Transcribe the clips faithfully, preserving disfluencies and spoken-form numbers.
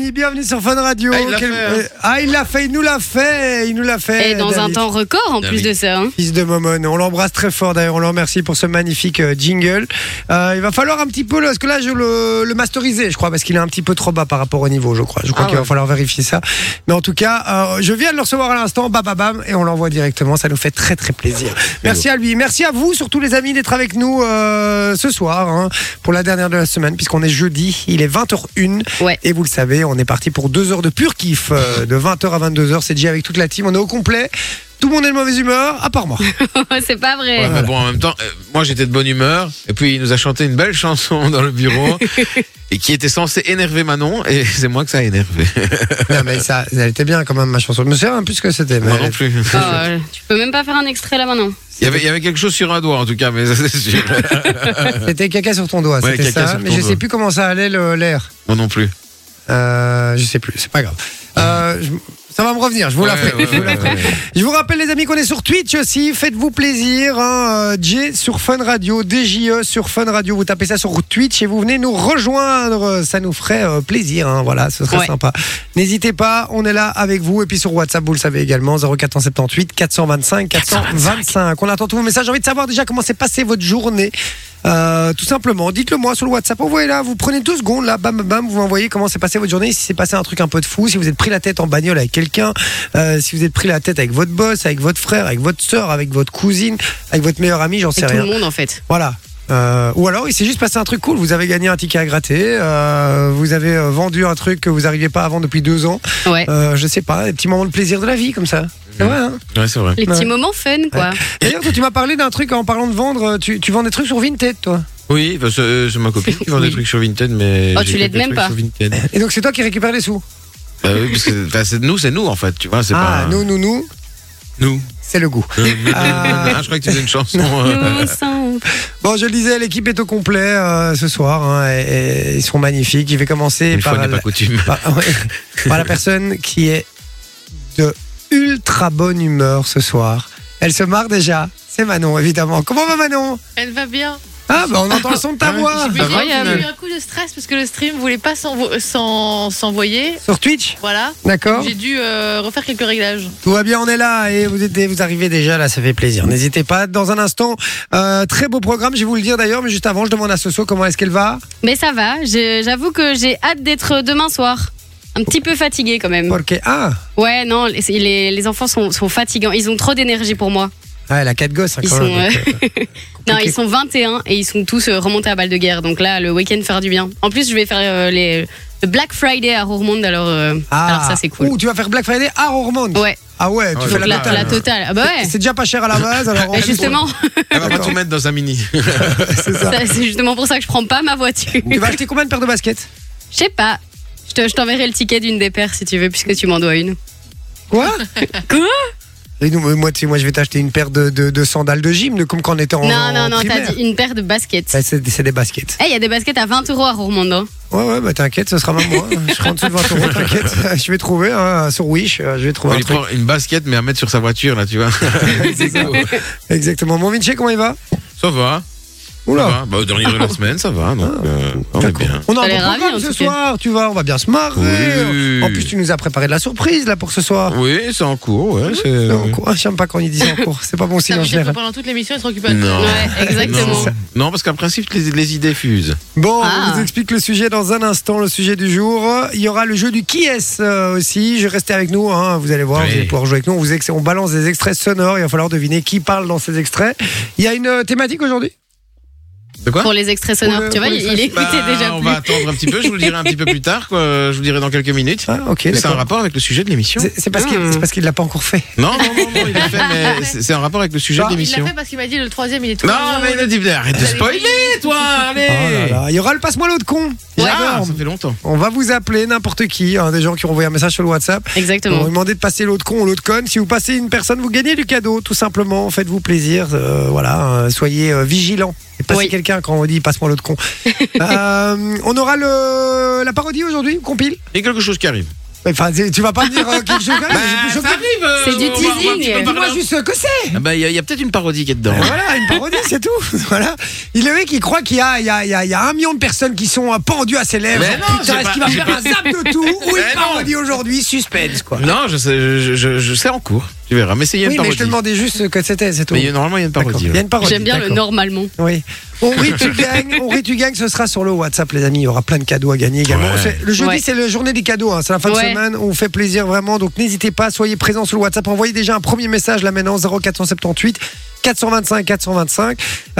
Samy, bienvenue sur Fun Radio. Ah, il l'a Quel- fait, hein. Ah, il l'a fait, il nous l'a fait, il nous l'a fait. Et dans un David. temps record en plus David. de ça. Hein. Fils de Momon, on l'embrasse très fort d'ailleurs, on le remercie pour ce magnifique euh, jingle. Euh, il va falloir un petit peu, là, parce que là je le, le masteriser, je crois, parce qu'il est un petit peu trop bas par rapport au niveau, je crois. Je crois Ah qu'il va ouais. falloir vérifier ça. Mais en tout cas, euh, je viens de le recevoir à l'instant, bam bam bam, et on l'envoie directement, ça nous fait très très plaisir. Merci à lui, merci à vous surtout les amis d'être avec nous euh, ce soir, hein, pour la dernière de la semaine, puisqu'on est jeudi, il est vingt heures une. Ouais. Et vous le savez, on est parti pour deux heures de pur kiff, euh, de vingt heures à vingt-deux heures, c'est déjà avec toute la team, on est au complet. Tout le monde est de mauvaise humeur, à part moi. C'est pas vrai. Ouais, mais bon, en même temps, euh, moi j'étais de bonne humeur, et puis il nous a chanté une belle chanson dans le bureau, et qui était censée énerver Manon, et c'est moi que ça a énervé. Non mais ça, elle était bien quand même ma chanson. Je me souviens plus ce que c'était. Mais Moi non plus. Oh, euh, tu peux même pas faire un extrait là maintenant. Il y, avait, il y avait quelque chose sur un doigt en tout cas, mais ça c'est sûr. C'était caca sur ton doigt, Ouais, c'était caca ça. sur Mais ton je sais doigt. plus comment ça allait le- l'air. Moi non plus. Euh, je sais plus, c'est pas grave. Euh, je- ça va me revenir, je vous la Ouais, ferai. ouais, je, vous la ouais, ferai. ouais. Je vous rappelle les amis qu'on est sur Twitch aussi, faites-vous plaisir. Hein, euh, J sur Fun Radio, D J E sur Fun Radio, vous tapez ça sur Twitch et vous venez nous rejoindre, ça nous ferait euh, plaisir. Hein, voilà, ce serait Ouais. sympa. N'hésitez pas, on est là avec vous et puis sur WhatsApp, vous le savez également, zéro quatre sept huit quatre cent vingt-cinq quatre cent vingt-cinq. On attend tous vos messages. J'ai envie de savoir déjà comment s'est passée votre journée. Euh, tout simplement, dites-le moi sur le WhatsApp. Envoyez là, vous prenez deux secondes là, bam bam bam, vous m'envoyez comment s'est passée votre journée, si c'est passé un truc un peu de fou, si vous êtes pris la tête en bagnole avec quelqu'un, euh, si vous êtes pris la tête avec votre boss, avec votre frère, avec votre soeur, avec votre cousine, avec votre meilleur ami, j'en sais C'est tout rien. le monde en fait. Voilà. Euh, ou alors il s'est juste passé un truc cool, vous avez gagné un ticket à gratter, euh, vous avez euh, vendu un truc que vous n'arriviez pas à vendre depuis deux ans, Ouais. euh, je sais pas, des petits moments de plaisir de la vie comme ça. C'est vrai, hein. Ouais, c'est vrai. Les petits Ouais. moments fun quoi. D'ailleurs, toi, tu m'as parlé d'un truc en parlant de vendre, tu, tu vends des trucs sur Vinted, toi. Oui, parce que euh, c'est ma copine qui vend Oui. des trucs sur Vinted, mais. Oh, j'ai tu l'aides quelques même trucs pas. sur Vinted. Et donc c'est toi qui récupères les sous. Bah oui, parce que enfin, c'est nous, c'est nous en fait, tu vois, c'est Ah, pas. nous, nous, nous, Nous. c'est le goût. Euh, nous, Ah. nous, nous. Ah, je crois que tu faisais une chanson. euh, Nous sommes- Bon, je le disais, l'équipe est au complet euh, ce soir. Hein, et, et ils sont magnifiques. Je vais commencer Une par, fois n'est la, pas coutume. par- ouais, par la personne qui est de ultra bonne humeur ce soir. Elle se marre déjà. C'est Manon, évidemment. Comment va Manon? Elle va bien. Ah, bah on entend le son de ta Ah, voix. Ça Mais va, j'ai au j'ai final eu un coup de stress parce que le stream voulait pas s'envo- s'en- s'envoyer. Sur Twitch, Voilà. d'accord. J'ai dû euh, refaire quelques réglages. Tout va bien, on est là et vous, êtes, vous arrivez déjà là, ça fait plaisir. N'hésitez pas. Dans un instant, euh, très beau programme, je vais vous le dire d'ailleurs, mais juste avant, je demande à Soso comment est-ce qu'elle va. Mais ça va. j'ai- J'avoue que j'ai hâte d'être demain soir. Un petit peu fatiguée quand même. Ok. Ah, Ouais, non, les, les, les enfants sont, sont fatigants. Ils ont trop d'énergie pour moi. ah, elle a quatre gosses. Hein, Ils quand sont, même, donc, euh, Non, compliqué. ils sont vingt et un et ils sont tous euh, remontés à balle de guerre. Donc là, le week-end fera du bien. En plus, je vais faire euh, les, le Black Friday à Roermond. Alors, euh, Ah. alors ça, c'est cool. Ouh, tu vas faire Black Friday à Roermond. Ouais, Ah ouais, tu Ouais, fais donc la la, totale. la totale. Ah bah ouais. C'est déjà pas cher à la base, alors. Et justement, Elle va pas D'accord. tout mettre dans un mini. c'est ça. ça, c'est justement pour ça que je prends pas ma voiture. Tu vas acheter combien de paires de baskets? Je sais pas. Je te- je t'enverrai le ticket d'une des paires si tu veux, puisque tu m'en dois une. Quoi? Quoi? Et nous, moi, tu sais, moi, je vais t'acheter une paire de, de, de sandales de gym, de, comme quand on était en. Non, non, non, primaire. t'as dit une paire de baskets. Ouais, c'est, c'est des baskets. Eh, il y a des baskets à vingt euros à Roermond. Hein. Ouais, ouais, bah t'inquiète, ce sera même moi. Je serai en dessous de vingt euros, t'inquiète. Je vais trouver, hein, sur Wish, euh, je vais On trouver va un lui truc. prendre une basket, mais à mettre sur sa voiture, là, tu vois. C'est ça. Exactement. Mon Vinci, comment il va? Ça va. Ça Oula. va. Bah, au dernier de la semaine, ça va. Donc, euh, on est bien. On a un T'as bon l'air ravi, programme en ce tout cas. soir, tu vois, on va bien se marrer. Oui. En plus, tu nous as préparé de la surprise, là, pour ce soir. Oui, c'est en cours, ouais. C'est... En cours. Ah, j'aime pas quand il dit en cours. C'est pas bon Ça signe veut en dire que général. pendant toute l'émission, elle se occupe de Non. Ouais, exactement. Non, non parce qu'en principe, les, les idées fusent. Bon, Ah. on vous explique le sujet dans un instant, le sujet du jour. Il y aura le jeu du qui est euh, aussi. Je vais rester avec nous, hein, vous allez voir, Oui. vous allez pouvoir jouer avec nous. On, vous ex- on balance des extraits sonores, il va falloir deviner qui parle dans ces extraits. Il y a une euh, thématique aujourd'hui? De quoi Pour les extraits sonores. Pour le- Tu vois, pour il, les il écoutait Bah, déjà on plus. va attendre un petit peu, je vous le dirai un petit peu plus tard, quoi. Je vous le dirai dans quelques minutes. Ah, ok, C'est un d'accord. rapport avec le sujet de l'émission. C'est c'est parce qu'il Ah. c'est parce qu'il l'a pas encore fait. Non, non, non, non, il l'a fait, mais c'est c'est un rapport avec le sujet Ah. de Il l'a l'émission. fait parce qu'il m'a dit le troisième, il est tout Non, mignon. mais il a dit, arrête de spoiler, toi, allez. Oh là là. Il y aura le passe-moi l'autre con. Ah, J'adore. ça fait longtemps. On va vous appeler n'importe qui, hein, des gens qui ont envoyé un message sur le WhatsApp. On va Exactement. vous demander de passer l'autre con ou l'autre conne. Si vous passez une personne, vous gagnez du cadeau, tout simplement. Faites-vous plaisir. euh, voilà, euh, soyez euh, vigilants. Et passez Oui. quelqu'un quand on dit passe-moi l'autre con. Euh, on aura le, la parodie aujourd'hui, compile. Il y a quelque chose qui arrive. Enfin, c'est- tu vas pas me dire euh, quelque chose comme ça. Bah, mais je- je- ça arrive. euh, C'est du on va- on va un teasing. petit peu Dis-moi parler. juste ce que c'est. Ah bah, il y, a- il y a peut-être une parodie qui est dedans. Et voilà, une parodie, c'est tout. Voilà. Il est vrai qu'il croit qu'il y a, il y, a, il y, a, il y a un million de personnes qui sont euh, pendues à ses lèvres. Mais non, Putain, j'ai est-ce pas- qu'il va j'ai faire pas- un zap de tout ou Mais une non. parodie aujourd'hui? Suspense, quoi. Non, je sais, je, je, je sais en cours. Tu verras. Mais c'est il y a une Oui, mais parodie. je te demandais juste ce que c'était, c'est tout. Mais il y a- normalement, il y a une D'accord. parodie. Il y a ouais. une parodie. J'aime bien le d'accord. normalement. Oui. On rit, tu gagnes. On rit, tu gagnes. Ce sera sur le WhatsApp, les amis. Il y aura plein de cadeaux à gagner également. Ouais. C'est- Le jeudi, Ouais. c'est la journée des cadeaux. Hein. C'est la fin de Ouais. semaine. On vous fait plaisir vraiment. Donc n'hésitez pas. Soyez présents sur le WhatsApp. Envoyez déjà un premier message là maintenant. zéro quatre sept huit quatre cent vingt-cinq quatre cent vingt-cinq.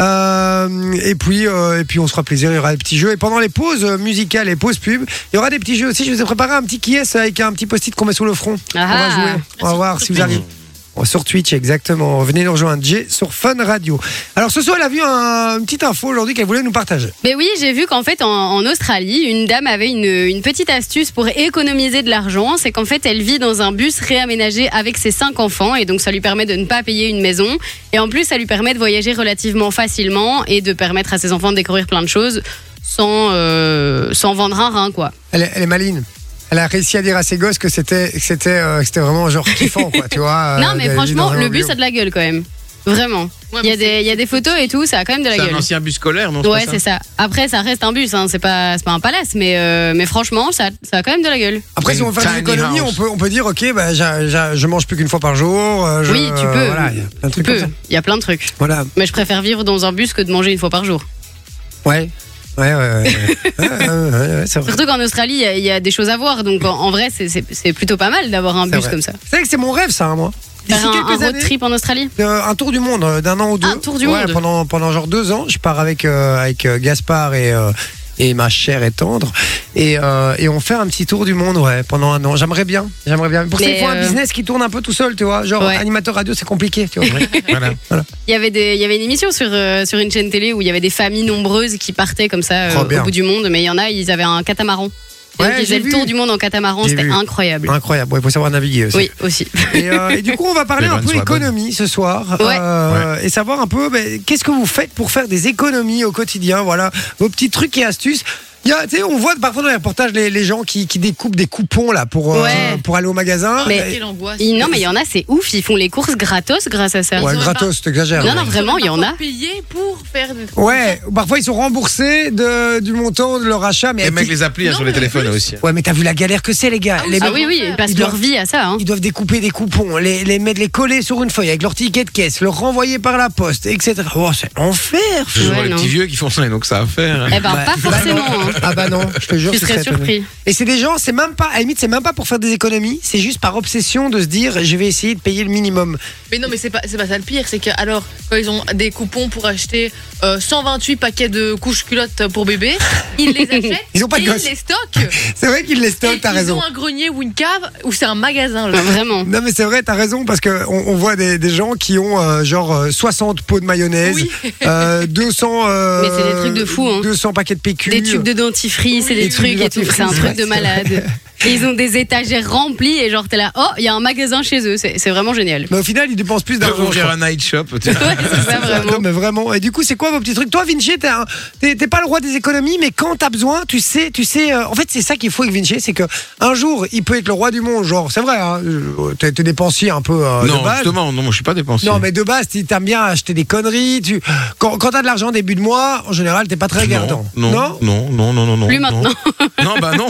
Euh, et puis, euh, et puis on se fera plaisir. Il y aura des petits jeux. Et pendant les pauses euh, musicales et pauses pub, il y aura des petits jeux aussi. Je vous ai préparé un petit qui est avec un petit post-it qu'on met sur le front. On va Ah. jouer. On va voir si vous arrivez. Oh, sur Twitch, exactement. Venez nous rejoindre, Jay, sur Fun Radio. Alors, ce soir, elle a vu un- une petite info aujourd'hui qu'elle voulait nous partager. Mais oui, j'ai vu qu'en fait, en, en Australie, une dame avait une, une petite astuce pour économiser de l'argent. C'est qu'en fait, elle vit dans un bus réaménagé avec ses cinq enfants. Et donc, ça lui permet de ne pas payer une maison. Et en plus, ça lui permet de voyager relativement facilement et de permettre à ses enfants de découvrir plein de choses sans, euh, sans vendre un rein, quoi. Elle est, elle est maline. Elle a réussi à dire à ses gosses que c'était que c'était euh, que c'était vraiment genre kiffant, quoi, tu vois. non, euh, mais d'aller franchement, dans un le bus avion. a de la gueule quand même. Vraiment. Ouais, Il y, a mais des, c'est- il y a des photos et tout, ça a quand même de la C'est un gueule. ancien bus scolaire, non Ouais, pas c'est ça. Après, ça reste un bus, hein. c'est pas, c'est pas un palace, mais, euh, mais franchement, ça, ça a quand même de la gueule. Après, si on veut faire des Tiny économies, on house. peut, on peut dire, ok, bah, j'a- j'a- je mange plus qu'une fois par jour. euh, je- Oui, tu peux. Voilà, il y a plein de Tu trucs comme peux, ça. il y a plein de trucs. Voilà. Mais je préfère vivre dans un bus que de manger une fois par jour. Ouais. Ouais, ouais, ouais. ouais. Ouais, ouais, ouais, ouais, c'est vrai. Surtout qu'en Australie, il y a- il y, a des choses à voir. Donc en, en vrai, c'est- c'est c'est plutôt pas mal d'avoir un C'est bus vrai. comme ça. C'est vrai que c'est mon rêve, ça, hein, moi. D'ici Faire un, un quelques road années, trip en Australie. euh, un tour du monde euh, d'un an ou deux. Un tour du Ouais, monde. Pendant, pendant genre deux ans, je pars avec, euh, avec euh, Gaspard et, euh, et ma chère et tendre. Et, euh, et on fait un petit tour du monde, ouais, pendant un an. J'aimerais bien. J'aimerais bien. Pour ça, il Mais, faut un euh, business qui tourne un peu tout seul, tu vois. Genre, Ouais. animateur radio, c'est compliqué, tu vois. Voilà. Il y avait des, il y avait une émission sur, euh, sur une chaîne télé où il y avait des familles nombreuses qui partaient comme ça euh, Trop bien. au bout du monde. Mais il y en a, ils avaient un catamaran. Et Ouais, donc, ils j'ai faisaient le vu. tour du monde en catamaran. J'ai C'était vu. incroyable. Incroyable. Il faut savoir naviguer aussi. Oui, aussi. Et, euh, et du coup, on va parler Les un vannes peu soient bonnes. économie ce soir. Ouais. Euh, Et savoir un peu ben, qu'est-ce que vous faites pour faire des économies au quotidien. Voilà, vos petits trucs et astuces. Il y a, tu sais, on voit parfois dans les reportages les, les gens qui, qui découpent des coupons là pour, euh, Ouais. pour aller au magasin. Mais- Et- Quelle angoisse. Il- non, mais il y en a, c'est ouf. Ils font les courses gratos grâce à ça. ouais, Ils ont gratos, t'exagères. Non, non, Ils vraiment, sont il y en parfois a. payés pour faire des trucs. Ouais, parfois ils sont remboursés de, du montant de leur achat. Mais Et mec, les applis hein, Non, sur les mais en téléphones plus- aussi. Ouais, mais t'as vu la galère que c'est, les gars. Ah oui, les Ah mecs, oui, oui, ils passent Ils leur doivent- vie à ça. Hein. Ils doivent découper des coupons, les, les mettre, les coller sur une feuille avec leur ticket de caisse, le renvoyer par la poste, et cetera. Oh, c'est l'enfer. Je vois Ouais, les non. petits vieux qui font ça et donc ça à faire. Eh ben, Bah, pas bah forcément. non. hein. Ah bah non, je te jure. Tu ce serais serait étonnant. surpris. Et c'est des gens, c'est même pas, à la limite, c'est même pas pour faire des économies, c'est juste par obsession de se dire, je vais essayer de payer le minimum. Mais non, mais c'est pas, c'est pas ça le pire. C'est que, alors, quand ils ont des coupons pour acheter euh, cent vingt-huit paquets de couches culottes pour bébé, ils les achètent. Ils ont pas de et gosses. ils les stockent. C'est vrai qu'ils les Et stockent, t'as ils raison. ont un grenier ou une cave ou c'est un magasin. là. Ouais, Vraiment. Non mais c'est vrai, t'as raison parce que on, on voit des, des gens qui ont euh, genre euh, soixante pots de mayonnaise, Oui. euh, deux cents, euh, Mais c'est des trucs de fou, hein. deux cents paquets de P Q, Des tubes de dentifrice et Des des tubes trucs de et tout. C'est un dentifrice, truc de ouais, malade. Et ils ont des étagères remplies et genre t'es là, oh, il y a un magasin chez eux. C'est c'est vraiment génial. Mais au final, ils dépensent plus Ils doivent d'argent. je ouvrir crois. un night shop. tiens. Ouais, c'est ça vraiment. Non mais vraiment. Et du coup, c'est quoi vos petits trucs? Toi, Vinci, t'es, un- t'es, t'es pas le roi des économies, mais quand t'as besoin, tu sais, tu sais. euh, en fait, c'est ça qu'il faut avec Vinci, c'est que un jour, il peut être le roi du monde. Genre, c'est vrai, hein, euh, t'es, t'es dépensier un peu euh, Non, de base. justement, non, moi je suis pas dépensier. Non, mais de base, tu t'aimes bien acheter des conneries. Tu... Quand, quand t'as de l'argent au début de mois, en général, t'es pas très regardant. non, non, non, non, non, non, non. Plus non. maintenant. Non, bah non.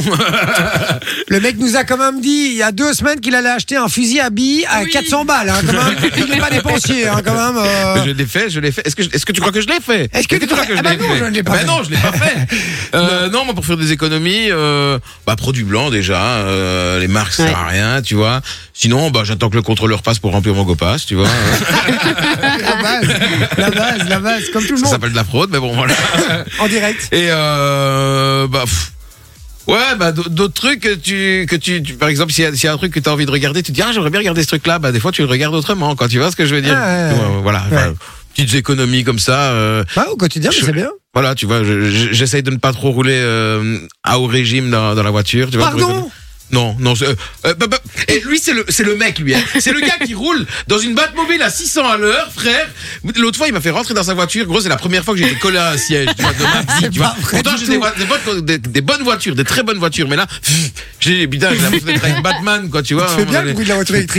Le mec nous a quand même dit il y a deux semaines qu'il allait acheter un fusil à billes à Oui. quatre cents balles. Hein, quand même. Il n'est pas dépensier, hein, quand même. euh. Mais je l'ai fait, je l'ai fait. Est-ce que, je- est-ce que tu crois que je l'ai fait Est-ce que tu crois- que je Ah bah l'ai non, fait je ne l'ai pas Bah fait. non, je l'ai pas fait. Euh, non, moi pour faire des économies, euh, bah produits blancs déjà, euh, les marques ça sert à rien, tu vois. Sinon, bah j'attends que le contrôleur passe pour remplir mon GoPass, tu vois. La base, la base, la base, comme tout le Ça monde. s'appelle de la fraude, mais bon voilà. En direct. Et euh, bah pff, ouais, bah d- d'autres trucs que tu que tu, tu- par exemple s'il y, a- s'il y a un truc que tu as envie de regarder, tu te dis ah j'aimerais bien regarder ce truc là, bah des fois tu le regardes autrement quand tu vois ce que je veux dire. Ah, ouais, ouais. Ouais, voilà, Ouais. enfin, petites économies comme ça. euh, Bah, au quotidien, mais Je- c'est bien. Voilà, tu vois, je- je- j'essaye de ne pas trop rouler euh, à haut régime dans, dans la voiture. Tu vois, pour Pardon économiser. Non, non. c'est- euh, bah, bah, et lui, c'est le, c'est le mec, lui. Hein. C'est le gars qui roule dans une Batmobile à six cents à l'heure, frère. L'autre fois, il m'a fait rentrer dans sa voiture. Gros, c'est la première fois que j'ai été collé à un siège tu vois, de ma vie. Tu vois. pas vrai Pourtant, du j'ai des, tout. vo- des, bonnes- des, des bonnes voitures, des très bonnes voitures. Mais là, pff, j'ai putain, j'ai l'impression d'être avec Batman, quoi, tu vois. Tu à un fais moment bien le donné. bruit de la voiture électrique.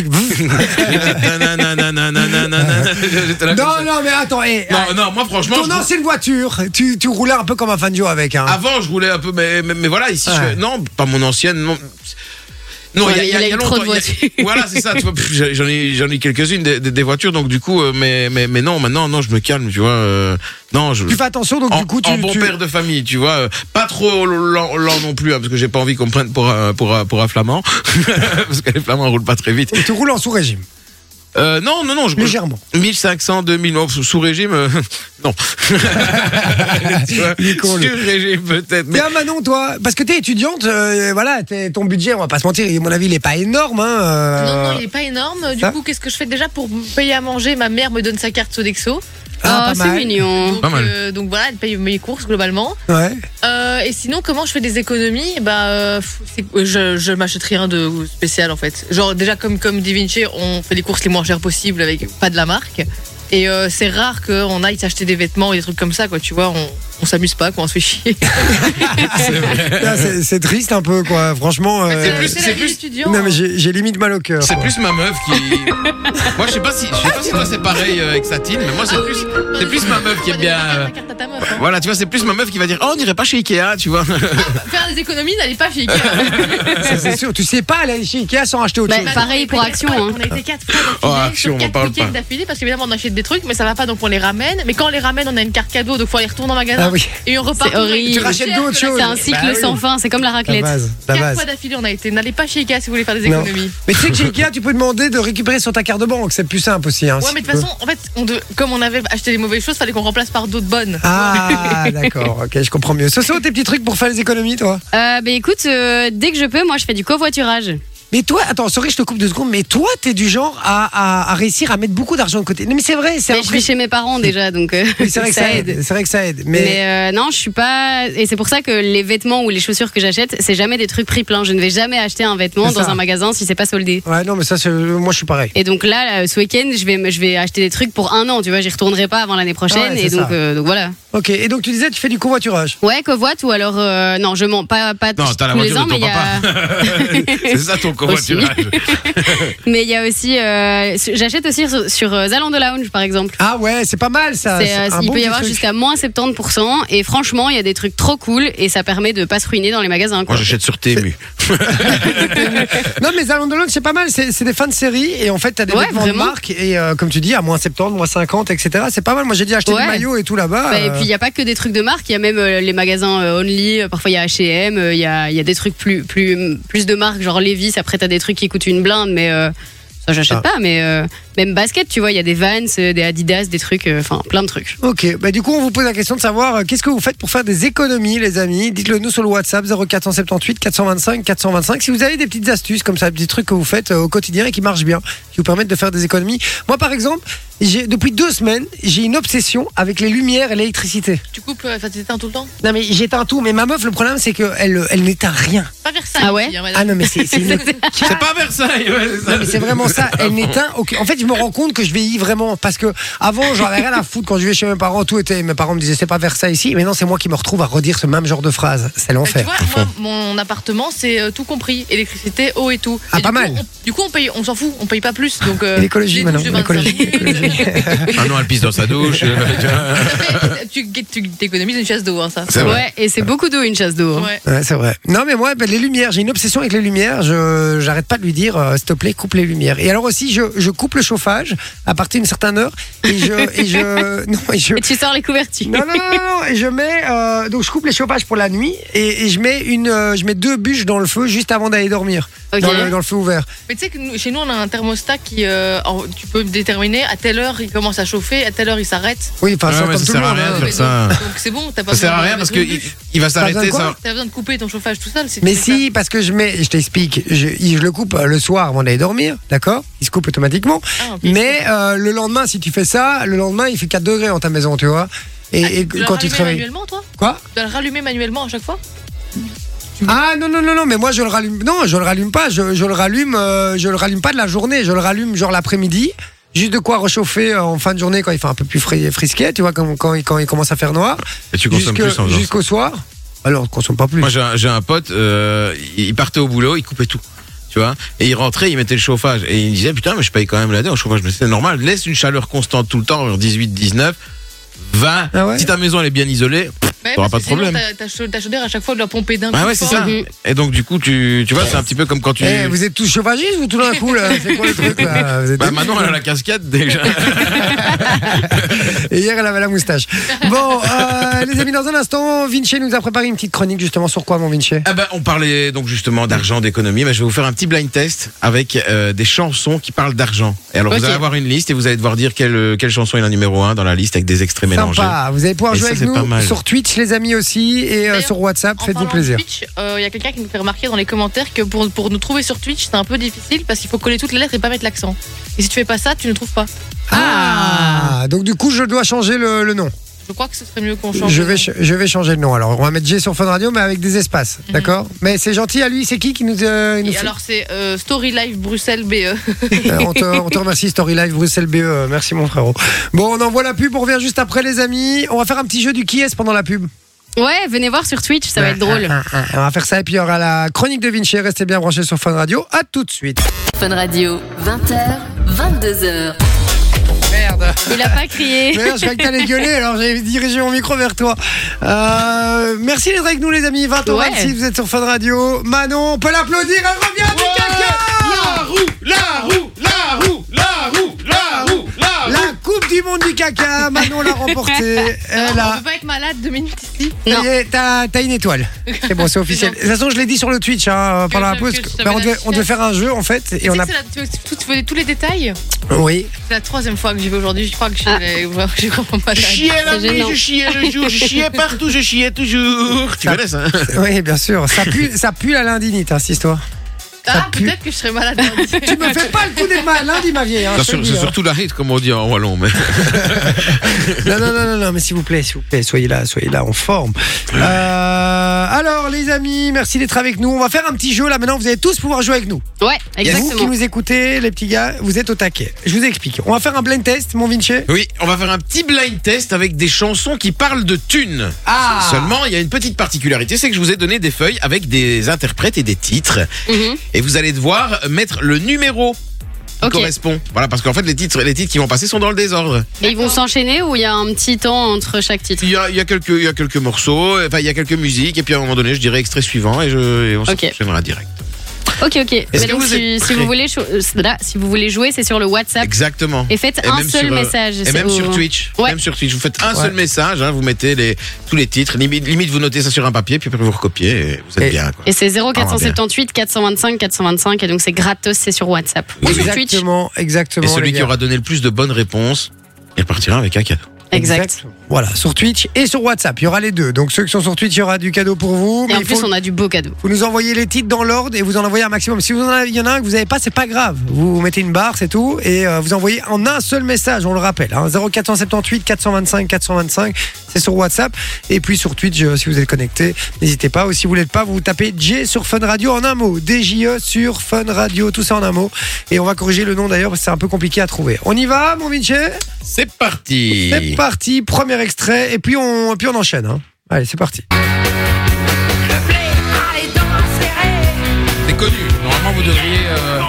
Nananananananana. J'étais là comme Non, ça. non, mais attends. eh, Non, non, moi, franchement. ton je- ancienne voiture, tu, tu roulais un peu comme un fan Joe avec. Hein. Avant, je roulais un peu, mais, mais, mais voilà, ici, Ouais. je, non, pas mon ancienne, non. Non, Ouais, il y a, mais il y a- il a il y a eu trop de longtemps, il y a- voitures. Voilà, c'est ça, tu vois, pff, j'en ai, j'en ai quelques-unes des, des- des voitures, donc du coup, euh, mais, mais, mais non, maintenant, non, je me calme, tu vois, euh, non, je. Tu fais attention, donc en, du coup, tu. en bon tu- père de famille, tu vois, euh, pas trop lent, lent non plus, hein, parce que j'ai pas envie qu'on me prenne pour un, pour un, pour un flamand, parce que les flamands roulent pas très vite. tu roules en sous-régime, Euh, non, non, non, je légèrement. mille cinq cents, deux mille, non, sous sous régime, euh, non. Tu vois, Il est con, lui. sur régime peut-être, mais Tiens, Manon, toi, parce que t'es étudiante, euh, voilà, t'es- ton budget, on va pas se mentir, à mon avis, il est pas énorme. Hein, euh, Non, non, il est pas énorme. Du ça coup, qu'est-ce que je fais déjà pour me payer à manger? Ma mère me donne sa carte Sodexo. Ah, oh, pas c'est mal. mignon. Donc, Pas mal. euh, donc voilà, elle paye mes courses globalement. Ouais. Euh, et sinon, comment je fais des économies? Bah, euh, c'est- je, je m'achète rien de spécial en fait. Genre déjà comme comme dit Vinci, on fait les courses les moins chères possibles avec pas de la marque. Et euh, c'est rare qu'on aille s'acheter des vêtements ou des trucs comme ça, quoi. Tu vois, on, on s'amuse pas, quoi, on se fait chier. Là, c'est c'est triste un peu, quoi. Franchement. euh, c'est plus- c'est c'est la vie plus- d'étudiant, Non, mais hein. j'ai j'ai limite mal au cœur. c'est quoi. plus ma meuf qui. Moi, je sais pas si, je sais pas si toi c'est pareil euh, avec Satine, mais moi c'est plus, c'est plus ma meuf qui aime bien. euh, La carte à ta meuf, hein. Voilà, tu vois, c'est plus ma meuf qui va dire, oh, on n'irait pas chez Ikea, tu vois. Faire des économies, n'allez pas chez Ikea. Ça, c'est sûr. Tu sais pas aller chez Ikea sans acheter autre Bah, chose. pareil pour Action, hein. On a été quatre fois d'affilée, Oh, Action, sur on quatre parle week-ends pas. d'affilée, parce qu'évidemment on achète des trucs, mais ça va pas, donc on les ramène. Mais quand on les ramène, on a une carte cadeau, donc faut aller retourner en magasin. Ah oui. Et on repart. C'est horrible. Tu rachètes d'autres choses. C'est un cycle Bah oui. sans fin, c'est comme la La raclette. base. La Quatre base. fois d'affilée, on a été. N'allez pas chez Ikea si vous voulez faire des Non. économies. Mais tu sais que chez Ikea, tu peux demander de récupérer sur ta carte de banque. C'est plus simple aussi. Hein, Ouais, si mais de tu toute peux. façon, en fait, on de- comme on avait acheté des mauvaises choses, fallait qu'on remplace par d'autres bonnes. Ah, d'accord. Ok, je comprends mieux. Ce sont tes petits trucs pour faire les économies, toi. Euh, bah écoute, euh, dès que je peux, moi je fais du covoiturage. Mais toi, attends, sorry, je te coupe deux secondes, mais toi, t'es du genre à, à, à réussir à mettre beaucoup d'argent de côté. Non, mais c'est vrai, c'est Mais un je vis chez mes parents déjà, donc euh, Oui, c'est vrai que ça aide. C'est vrai que ça aide. Mais, Mais, euh, non, je suis pas. Et c'est pour ça que les vêtements ou les chaussures que j'achète, c'est jamais des trucs prix plein. Je ne vais jamais acheter un vêtement C'est dans ça. un magasin si c'est pas soldé. ouais, non, mais ça, c'est- moi, je suis pareil. Et donc là, euh, ce week-end, je vais, me- je vais acheter des trucs pour un an. Tu vois, j'y retournerai pas avant l'année prochaine. Ouais, et c'est donc, ça. euh, donc voilà. Ok, et donc tu disais, tu fais du covoiturage. Ouais, covoite ou alors euh, non, je mens pas pas Non, t'as la tous les voiture ans, de mais ton il y a. papa. C'est ça ton covoiturage. Mais il y a aussi, euh, j'achète aussi sur, sur euh, Zalando Lounge par exemple. Ah ouais, c'est pas mal ça. C'est, C'est euh, un il bon peut y petit avoir truc. jusqu'à moins soixante-dix pour cent et franchement, il y a des trucs trop cool et ça permet de pas se ruiner dans les magasins. Quoi. Moi, j'achète sur Temu. Non, mais Zalando Lounge, c'est pas mal. C'est c'est des fins de série et en fait, t'as des Ouais, vêtements vraiment. de marque et euh, comme tu dis, à moins soixante-dix, moins cinquante, et cetera. C'est pas mal. Moi, j'ai déjà acheté Ouais. des maillots et tout là-bas. Bah, et euh, puis il y a pas que des trucs de marque, il y a même euh, les magasins euh, Only, euh, parfois il y a H et M, euh, il y, a, il y a des trucs plus, plus, plus de marques, genre Levi's, après t'as des trucs qui coûtent une blinde, mais euh, ça j'achète Ah. pas, mais euh, même basket, tu vois, il y a des Vans, euh, des Adidas, des trucs, euh, enfin plein de trucs. Ok, bah du coup on vous pose la question de savoir euh, qu'est-ce que vous faites pour faire des économies les amis. Dites-le nous sur le WhatsApp zéro quatre cent soixante-dix-huit quatre cent vingt-cinq quatre cent vingt-cinq si vous avez des petites astuces comme ça, des petits trucs que vous faites euh, au quotidien et qui marchent bien, qui vous permettent de faire des économies. Moi par exemple, j'ai depuis deux semaines, j'ai une obsession avec les lumières et l'électricité. Tu coupes, euh, ça t'éteint tout le temps? Non mais j'éteins tout, mais ma meuf le problème c'est qu'elle elle n'éteint rien. Pas Versailles. Ah ouais ici, hein, madame. Ah non mais c'est c'est une... C'est pas Versailles, ouais, c'est ça. Non mais c'est vraiment ça, elle n'éteint aucun- En fait je me rends compte que je vieillis vraiment parce que avant j'en avais rien à foutre quand je vivais chez mes parents, tout était, mes parents me disaient c'est pas vers ça ici, mais non c'est moi qui me retrouve à redire ce même genre de phrase, c'est Bah, l'enfer. tu vois, moi, mon appartement, c'est euh, tout compris. Électricité, eau et tout. Ah, Et pas du coup, mal. on- du coup, on paye, on s'en fout, on paye pas plus. Donc, euh, L'écologie les maintenant, douches de vingt-cinq l'écologie. l'écologie. Ah non, elle pisse dans sa douche. euh, tu vois. tu tu t'économises une chasse d'eau, hein, ça. C'est vrai. Ouais, et c'est beaucoup d'eau une chasse d'eau. hein. Ouais. Ouais, c'est vrai. Non, mais moi, ben, les lumières, j'ai une obsession avec les lumières. Je j'arrête pas de lui dire, euh, s'il te plaît, coupe les lumières. Et alors aussi, je, je coupe le chauffage à partir d'une certaine heure. Et je, et je, non, et je, Et tu sors les couvertures. non, non, non, non, non, et je mets, euh, donc je coupe les chauffages pour la nuit et, et je mets une, euh, je mets deux bûches dans le feu juste avant d'aller dormir, Ok. dans, le, dans le feu ouvert. Mais tu sais que nous- chez nous, on a un thermostat qui, euh, en- tu peux déterminer à telle heure il commence à chauffer, à telle heure il s'arrête. Oui, enfin, Ouais, ça mais comme ça tout sert le à monde. rien hein. de faire Mais ça. Donc donc c'est bon, t'as pas Ça sert besoin à de rien parce mettre que une il, bûche. il va besoin s'arrêter. de quoi Ça... T'as besoin de couper ton chauffage tout seul. si tu Mais fais si, parce que je mets, je t'explique, je, je le coupe euh, le soir avant d'aller dormir, d'accord? Il se coupe automatiquement. ça. Ah, ok. Mais euh, le lendemain, si tu fais ça, le lendemain, il fait quatre degrés dans ta maison, tu vois. Et, Ah, et tu dois quand le tu te rallumer réveilles. manuellement, toi Quoi? Tu dois le rallumer manuellement à chaque fois? Ah non non non non, mais moi je le rallume. Non, je le rallume pas. Je, je le rallume. euh, je le rallume pas de la journée. Je le rallume genre l'après-midi. Juste de quoi réchauffer euh, en fin de journée quand il fait un peu plus fri- frisquet, tu vois, quand, quand, il- quand il commence à faire noir. Et tu consommes Jusque- plus en faisant Jusqu'au soir. Alors, on consomme pas plus. Moi, j'ai un, j'ai un pote, euh, il partait au boulot, il coupait tout. Tu vois, et il rentrait, il mettait le chauffage. Et il me disait, putain, mais je paye quand même l'année au chauffage. Mais c'est normal, laisse une chaleur constante tout le temps, vers dix-huit, dix-neuf, vingt. Ah ouais. Si ta maison elle est bien isolée, Ouais, t'auras parce pas de que sinon, problème. Ta, ta chau- ta chaudière, à chaque fois, elle doit pomper d'un Ah coup ouais, c'est fort. ça. Mhm. Et donc, du coup, tu, tu vois, c'est un petit peu comme quand tu. Eh, vous êtes tous chauffagistes ou tout d'un coup là? C'est quoi le truc là? Vous êtes Bah, tous- maintenant, elle a la casquette déjà. Et hier, elle avait la moustache. Bon, euh, les amis, dans un instant, Vinci nous a préparé une petite chronique justement sur quoi, mon Vinci? Ah ben, on parlait donc justement d'argent, d'économie. Mais je vais vous faire un petit blind test avec euh, des chansons qui parlent d'argent. Et alors, Ok. vous allez avoir une liste et vous allez devoir dire quelle, quelle chanson est la numéro un dans la liste avec des extraits mélangés. Sympa. Vous allez pouvoir Et jouer ça, avec c'est pas nous mal. sur Twitch, les amis aussi, et euh, D'ailleurs, sur WhatsApp. En Faites-vous parlant plaisir. de Twitch, il y a quelqu'un qui nous fait remarquer dans les commentaires que pour, pour nous trouver sur Twitch, c'est un peu difficile parce qu'il faut coller toutes les lettres et pas mettre l'accent. Et si tu fais pas ça, tu ne trouves pas. Ah, donc du coup, je dois changer le, le nom. Je crois que ce serait mieux qu'on change. Je de vais, nom. ch- je vais changer le nom. Alors, on va mettre J sur Fun Radio, mais avec des espaces, Mhm. d'accord? Mais c'est gentil à lui. C'est qui qui nous, euh, il nous Et fait- alors, c'est euh, Story Live Bruxelles B E. Euh, on, te, on te remercie, Story Live Bruxelles B E. Merci, mon frérot. Bon, on envoie la pub. On revient juste après, les amis. On va faire un petit jeu du qui est pendant la pub. Ouais, venez voir sur Twitch, ça va être drôle. Ah, ah, ah. On va faire ça et puis il y aura la chronique de Vinci. Restez bien branchés sur Fun Radio. À tout de suite. Fun Radio, vingt heures, vingt-deux heures. Merde. Il a pas crié. Merde, je croyais que t'allais gueuler, alors j'ai dirigé mon micro vers toi. Euh, merci d'être avec nous, les amis. vingt heures vingt-six, Ouais. vous êtes sur Fun Radio. Manon, on peut l'applaudir. Elle revient du caca. La roue, la roue, la roue, la roue, la roue, la roue. La Coupe du Monde du caca, Manon l'a remportée. Elle On a. peut pas être malade deux minutes ici. Ça y est, t'as t'as une étoile. C'est bon, c'est officiel. De toute façon, je l'ai dit sur le Twitch hein, pendant la je- pause. que je Ben, on, savais devait, la on devait faire un jeu en fait. Et Tu on sais a. que c'est la- tu, tu, tu veux tous les détails. Oui. C'est la troisième fois que j'y vais aujourd'hui. Je crois que je suis Ah. allée- ouais, je suis vraiment malade. Chier la C'est nuit, gênant. je chiais le jour, je chiais partout, je chiais toujours. Tu Ça- connais ça? Oui, bien sûr. Ça pue, ça pue la lindinite, hein, cette histoire. Ah, pue. peut-être que je serais malade. lundi. Tu me fais pas le coup des mains lundi, ma vieille. Hein, Non, je te le sur- dis, C'est hein. surtout la rythme, comme on dit en wallon. Mais... Non, non, non, non, non, mais s'il vous plaît, s'il vous plaît, soyez là, soyez là, en forme. Euh, alors, les amis, merci d'être avec nous. On va faire un petit jeu là. Maintenant, vous allez tous pouvoir jouer avec nous. Ouais, Vous qui exactement. nous écoutez, les petits gars, vous êtes au taquet. Je vous explique. On va faire un blind test, mon Vinci. Oui, on va faire un petit blind test avec des chansons qui parlent de thunes. Ah. Seulement, il y a une petite particularité, c'est que je vous ai donné des feuilles avec des interprètes et des titres. Mhm. Et vous allez devoir mettre le numéro qui Ok. correspond. Voilà, parce qu'en fait, les titres, les titres qui vont passer sont dans le désordre. Et ils vont s'enchaîner ou il y a un petit temps entre chaque titre? Il y a, il y a quelques, il y a quelques morceaux, enfin, il y a quelques musiques, et puis à un moment donné, je dirais extrait suivant, et, je, et on Ok. s'enchaînera direct. Ok, ok. Mais que donc, vous si, êtes si vous prêts voulez, cho- euh, là, si vous voulez jouer, c'est sur le WhatsApp. Exactement. Et faites Et un même seul sur, euh, message. Et c'est même au- sur Twitch. Ouais. Même sur Twitch. Vous faites un Ouais. seul message, hein, vous mettez les, tous les titres. Limite, limite, vous notez ça sur un papier, puis après vous recopiez et vous êtes Et- bien. Quoi. Et c'est zéro quatre Ah, bien. sept huit quatre cent vingt-cinq quatre cent vingt-cinq et donc c'est gratos, c'est sur WhatsApp ou sur Twitch. Exactement, exactement. Et celui les qui gars. aura donné le plus de bonnes réponses, il repartira avec un cadeau. Exact. Voilà, sur Twitch et sur WhatsApp. Il y aura les deux. Donc ceux qui sont sur Twitch, il y aura du cadeau pour vous. Et mais en il plus, faut, on a du beau cadeau. vous nous envoyez les titres dans l'ordre et vous en envoyez un maximum. Si vous en avez, il y en a un que vous n'avez pas, c'est pas grave. Vous, vous mettez une barre, c'est tout. Et euh, vous envoyez en un seul message, on le rappelle. Hein, zéro quatre sept huit quatre cent vingt-cinq quatre cent vingt-cinq, c'est sur WhatsApp. Et puis sur Twitch, euh, si vous êtes connecté, n'hésitez pas. Ou si vous l'êtes pas, vous tapez J sur Fun Radio en un mot. D J E sur Fun Radio, tout ça en un mot. Et on va corriger le nom d'ailleurs parce que c'est un peu compliqué à trouver. On y va, mon Vinci? C'est parti. C'est parti, premier extrait, et puis on, et puis on enchaîne. Hein. Allez, c'est parti. C'est connu. Normalement, vous devriez. euh,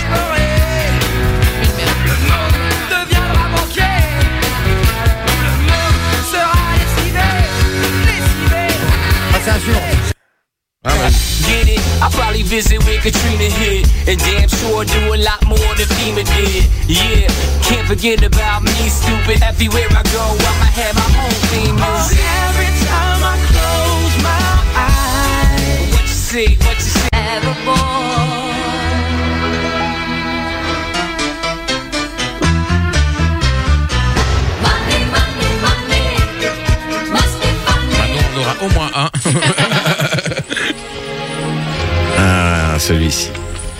Ah, c'est un suivant. Ah ouais. Get it? I probably visit where Katrina hit, and damn sure do a lot more than FEMA did. Yeah, can't forget about me, stupid. Everywhere I go, I'ma have my own theme music. Every time I close my eyes, what you see, what you see? Maintenant, on aura au moins un. Ah, celui-ci.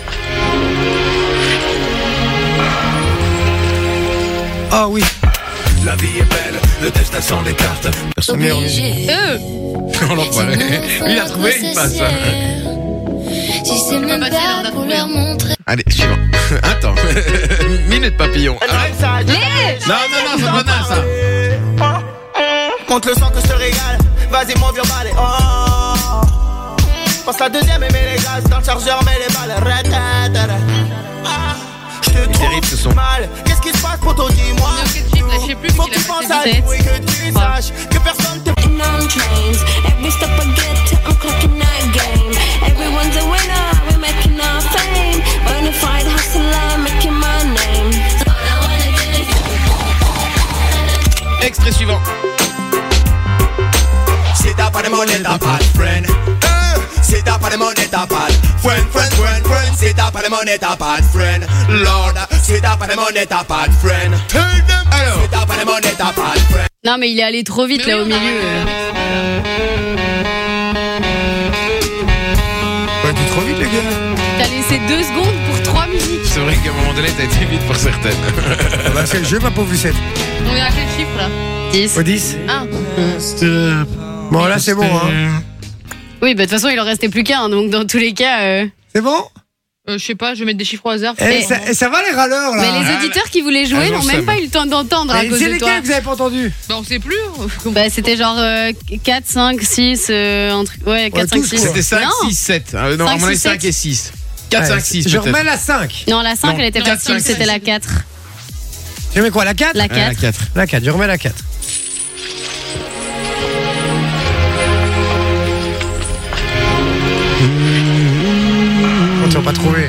Ah oui. La vie est belle, le destin s'en écarte. Personne Meilleure musique. Euh, Non, l'enfoiré. Lui, il a trouvé, il passe. Si c'est même Pas facile, on pas a pour trouvé. leur montrer. Allez, suivant. Attends. Minute papillon. Arrête. Non, non, non, c'est pas mal, ça. Monte le sang que je te régale. Vas-y, mon vieux balai. Oh. Passe la deuxième et mets les gaz. Dans le chargeur, mets les balles. Je te trouve terrible, ce son. mal. Qu'est-ce qui se passe, poto, dis-moi. On est au ketchup, là, je sais plus Faut qui que tu l'a penses passé à dix-sept. tout et que tu saches que personne te. On trains, every step I get to, I'm clocking that game. Everyone's a winner, we're making our fame. Bonafide hustler, making my name. All I wanna do is Extrait suivant. Si t'as pas de monnaie, t'as pas de friend. Euh, Si t'as pas de monnaie, t'as pas de friend, friend, friend, friend. Si t'as pas de monnaie, t'as pas de friend. Lord, si t'as pas de monnaie, t'as pas de friend. Alors. Si t'as pas de monnaie, t'as pas de friend. Non, mais il est allé trop vite Mais là oui, au on a milieu. raison. Ouais, t'es trop vite, les gars. T'as laissé deux secondes pour trois musiques. C'est vrai qu'à un moment donné, t'as été vite pour certaines. Ah bah, c'est le jeu, ma pauvre Lucette. On est à quel chiffre là dix. Au dix. Un. Bon, là, c'est bon, hein. Oui, bah de toute façon, il en restait plus qu'un, donc dans tous les cas. euh, C'est bon? Euh, je sais pas, je vais mettre des chiffres au hasard. Et ça, et ça va, les râleurs, là? Mais les auditeurs qui voulaient jouer Ah, n'ont j'en même sais, pas moi. eu le temps d'entendre à Et cause c'est de toi. lesquels que vous avez pas entendu? Bah, on sait plus. Bah, c'était genre euh, quatre, cinq, six, euh, un truc. Ouais, quatre, cinq, tous, six. quoi. C'était cinq, Non. six, sept. Euh, non, cinq, à mon avis, six, cinq sept. et six. quatre, cinq, six, Je peut-être. remets la cinq. Non, la cinq, Non, elle était quatre, facile, cinq, c'était six. la quatre. Je mets quoi, la quatre? La Ouais, la quatre. quatre. La quatre, je remets la quatre. On ne pas trouvé.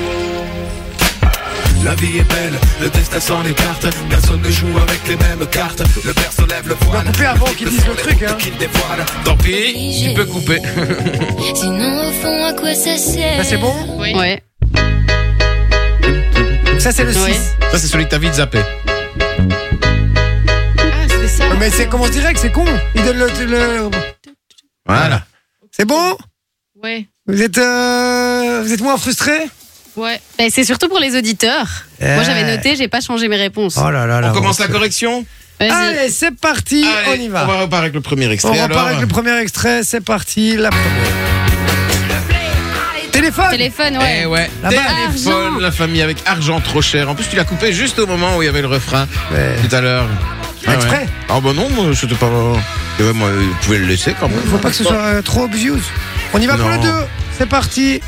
La vie est belle, le destin s'en écarte. Personne ne joue avec les mêmes cartes. Le père se lève le On va voile. couper avant qu'ils disent le truc, hein. Qu'il dévoile. Tant pis, tu peux couper. Sinon, au fond, à quoi ça sert? Là, c'est bon? Oui. Ouais. Donc ça, c'est le Ouais. six. Ça, c'est celui que t'as vite zappé. Ah, c'était ça. Mais c'est commence direct, c'est con. Il donne le. le- Voilà. C'est bon? Ouais. Vous êtes, euh, vous êtes moins frustré? Ouais. Bah, c'est surtout pour les auditeurs. Moi, j'avais Eh. noté, j'ai pas changé mes réponses. Oh là là là. On commence la bon. correction. Vas-y. Allez, c'est parti, Allez, on y va. On va repartir avec le premier On extrait. repart alors. avec le premier extrait, c'est parti, la première. Téléphone. Téléphone, ouais. Eh ouais, La balle. téléphone, Argent. la famille avec argent trop cher. En plus, tu l'as coupé juste au moment où il y avait le refrain Ouais. tout à l'heure. Exprès. ouais. Ah bah non, moi, c'était pas. Et ouais, moi, vous pouvez le laisser quand même. Faut pas que ce soit euh, trop obvious. On y va pour Non. le deux. C'est parti.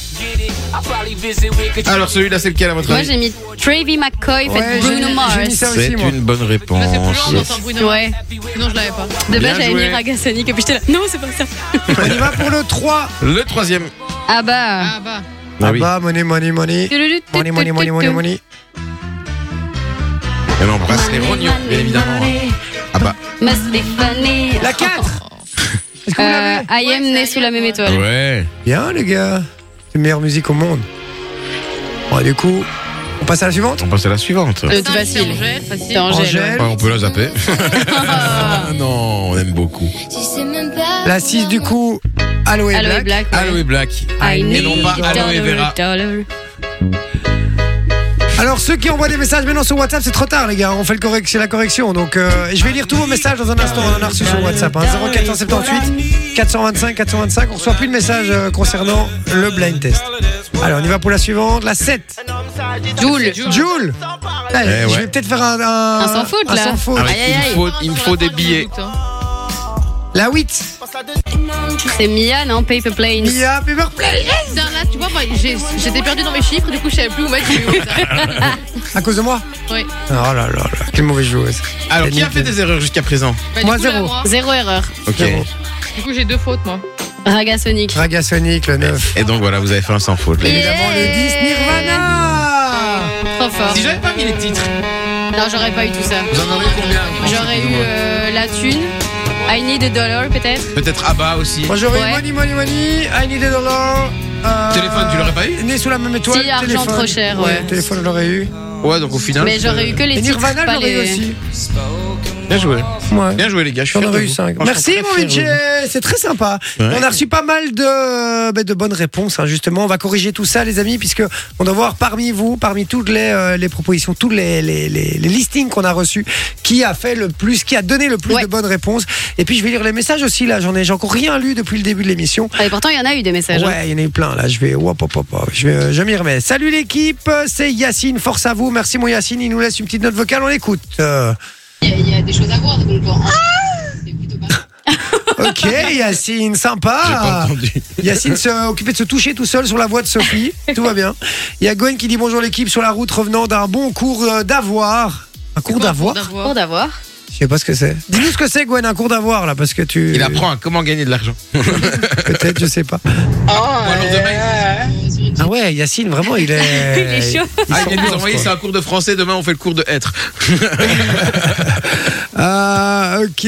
Alors celui-là, c'est lequel à votre Moi, avis? j'ai mis Travie McCoy, Ouais, fait j'ai Bruno mis- Mars. j'ai mis ça aussi, C'est moi. une bonne Là, c'est plus réponse. long d'entendre Bruno. Ouais. Sinon, je l'avais pas. De Bien base, j'avais joué. mis Raga Sonic et puis j'étais là. Non, c'est pas ça. On y va pour le trois. Le troisième. Ah bah. Ah bah. Ah Ah oui. bah, money, money, money. Money, money, money, money, money. Et on embrasse les rognons, bien évidemment. Ah bah. Must be funny. La quatre. Est-ce que vous Euh, l'avez? I am né sous la même étoile. Ouais. Bien, les gars. C'est la meilleure musique au monde. Bon, du coup, on passe à la suivante. On passe à la suivante. Euh, C'est facile. Angèle, facile. C'est Angèle. Angèle. Ah, on peut la zapper. Ah non, on aime beaucoup. Si c'est même pas La six, du coup, Aloe Aloe Black. Black. ouais. Aloe Black. I Et need non pas a Aloe Vera. dollar, dollar. Alors, ceux qui envoient des messages maintenant sur WhatsApp, c'est trop tard, les gars. On fait le correct, c'est la correction. Donc, euh, je vais lire tous vos messages dans un instant. On en a reçu sur WhatsApp. Hein. zéro quatre sept huit quatre cent vingt-cinq quatre cent vingt-cinq. On reçoit plus de messages euh, concernant le blind test. Allez, on y va pour la suivante. La sept. Joule. Jules. Allez, Eh je ouais. vais peut-être faire un, un, Un sans faute, un là. sans faute. Avec, Aïe, aïe, il, aïe. faut, il me faut des billets. La huit. C'est Mia, non? Paper Planes. Mia, Paper Plane. Putain, là, tu vois, moi, j'ai- j'étais perdu dans mes chiffres, du coup, je savais plus où mettre. j'ai eu ça. À cause de moi. Oui. Oh là là là. Quelle mauvaise joueuse. Alors, Elle qui a nickel. fait des erreurs jusqu'à présent? Bah, du Moi, coup, là, zéro. moi, Zéro erreur. Ok. Zéro. Du coup, j'ai deux fautes, moi. Raga Sonic. Raga Sonic, le neuf. Et donc voilà, vous avez fait un sans faute. les gars. Évidemment, le dix. Nirvana. Trop fort. Si j'avais pas mis les titres, Non, j'aurais pas eu tout ça. vous en auriez combien? J'aurais eu euh, la thune. I need a dollar, peut-être. Peut-être Abba aussi. Moi, j'aurais Ouais. eu Money, Money, Money. I need a dollar. Euh, Téléphone, tu l'aurais pas eu? Né sous la même étoile. Si, argent téléphone. trop cher, ouais. Téléphone, je l'aurais eu. Ouais, donc au final. Mais j'aurais eu que les Et titres, Nirvana, pas je l'aurais eu les. aussi. Bien joué. Ouais. Bien joué, les gars. Je suis J'en fier aurais de eu vous. cinq. Franchement, Merci, très mon fier de vous. Vinci. C'est très sympa. Ouais. On a reçu pas mal de, bah, de bonnes réponses, hein, justement. On va corriger tout ça, les amis, puisque on doit voir parmi vous, parmi toutes les, euh, les propositions, tous les, les, les, les listings qu'on a reçus, qui a fait le plus, qui a donné le plus Ouais. de bonnes réponses. Et puis, je vais lire les messages aussi, là. J'en ai, j'ai encore rien lu depuis le début de l'émission. Ah, et pourtant, il y en a eu des messages. hein. Ouais, il y en a eu plein, là. Je vais, hop, hop, hop, hop. Je vais, je m'y remets. Salut l'équipe, c'est Yacine. Force à vous. Merci, mon Yacine. Il nous laisse une petite note vocale. On l'écoute. Euh, Il y, a- il y a des choses à voir, donc en- c'est plutôt pas mal. ok, Yacine, J'ai pas sympa. entendu. Yacine s'est occupé de se toucher tout seul sur la voie de Sophie. Tout va bien. Il y a Gwen qui dit bonjour l'équipe sur la route revenant d'un bon cours euh, d'avoir. Un cours d'avoir Cours d'avoir. Je sais pas ce que c'est. Dis-nous ce que c'est, Gwen, un cours d'avoir là, parce que tu. Il apprend à comment gagner de l'argent. Peut-être, je sais pas. Moi, alors demain, Ah ouais, Yacine, vraiment, il est. Il est chaud. il ah, il vient de nous s'ambiance, envoyer, quoi. c'est un cours de français. Demain, on fait le cours de être. Ah, ok.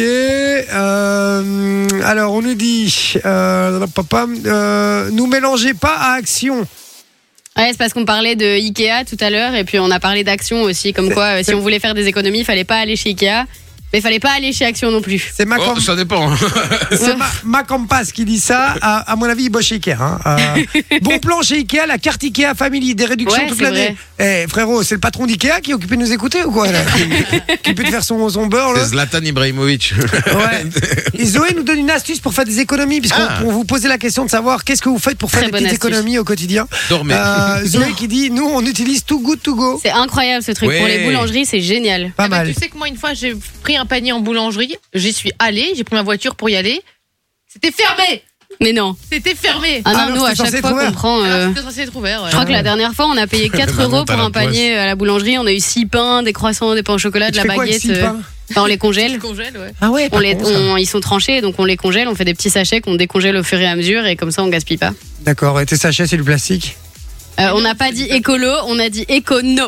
Euh, alors, on nous dit. Euh, papa, euh, nous mélangez pas à action. Ouais, c'est parce qu'on parlait de Ikea tout à l'heure et puis on a parlé d'Action aussi, comme C'est- quoi euh, c'est- si on voulait faire des économies, il fallait pas aller chez Ikea, mais il fallait pas aller chez Action non plus. C'est ma Oh, ça dépend. C'est ma, ma Campas qui dit ça. À, à mon avis, il bosse chez Ikea. Hein. Euh, bon plan chez Ikea, la carte Ikea Family, des réductions Ouais, toute c'est l'année. Eh, frérot, c'est le patron d'Ikea qui est occupé de nous écouter ou quoi là qui, qui peut te faire son, son beurre là. C'est Zlatan Ibrahimovic. Ouais. Et Zoé nous donne une astuce pour faire des économies, puisqu'on Ah. on vous posait la question de savoir qu'est-ce que vous faites pour faire Très des bonne petites astuce. économies au quotidien. Dormez. Euh, Zoé qui dit nous on utilise Too Good To Go. C'est incroyable ce truc. Ouais. Pour les boulangeries, c'est génial. Pas Ah bah, mal. tu sais que moi, une fois, j'ai pris un panier en boulangerie. J'y suis allée. J'ai pris ma voiture pour y aller. C'était fermé. Mais non. C'était fermé. Ah non, Alors, nous, à c'était censé chaque être fois ouvert. qu'on prend. euh, Alors, c'était censé être ouvert. ouais. Je crois que la dernière fois, on a payé quatre Maman, euros t'as pour la un panier à la boulangerie. On a eu six pains, des croissants, des pains au chocolat, de Tu la fais quoi avec baguette. six euh, pains enfin, on les Je congèle. congèle, ouais. Ah ouais, On pas les, con, ça. on- ils sont tranchés, donc on les congèle. On fait des petits sachets qu'on décongèle au fur et à mesure et comme ça, on gaspille pas. D'accord, et tes sachets c'est du plastique. Euh, on n'a pas dit écolo, on a dit écono.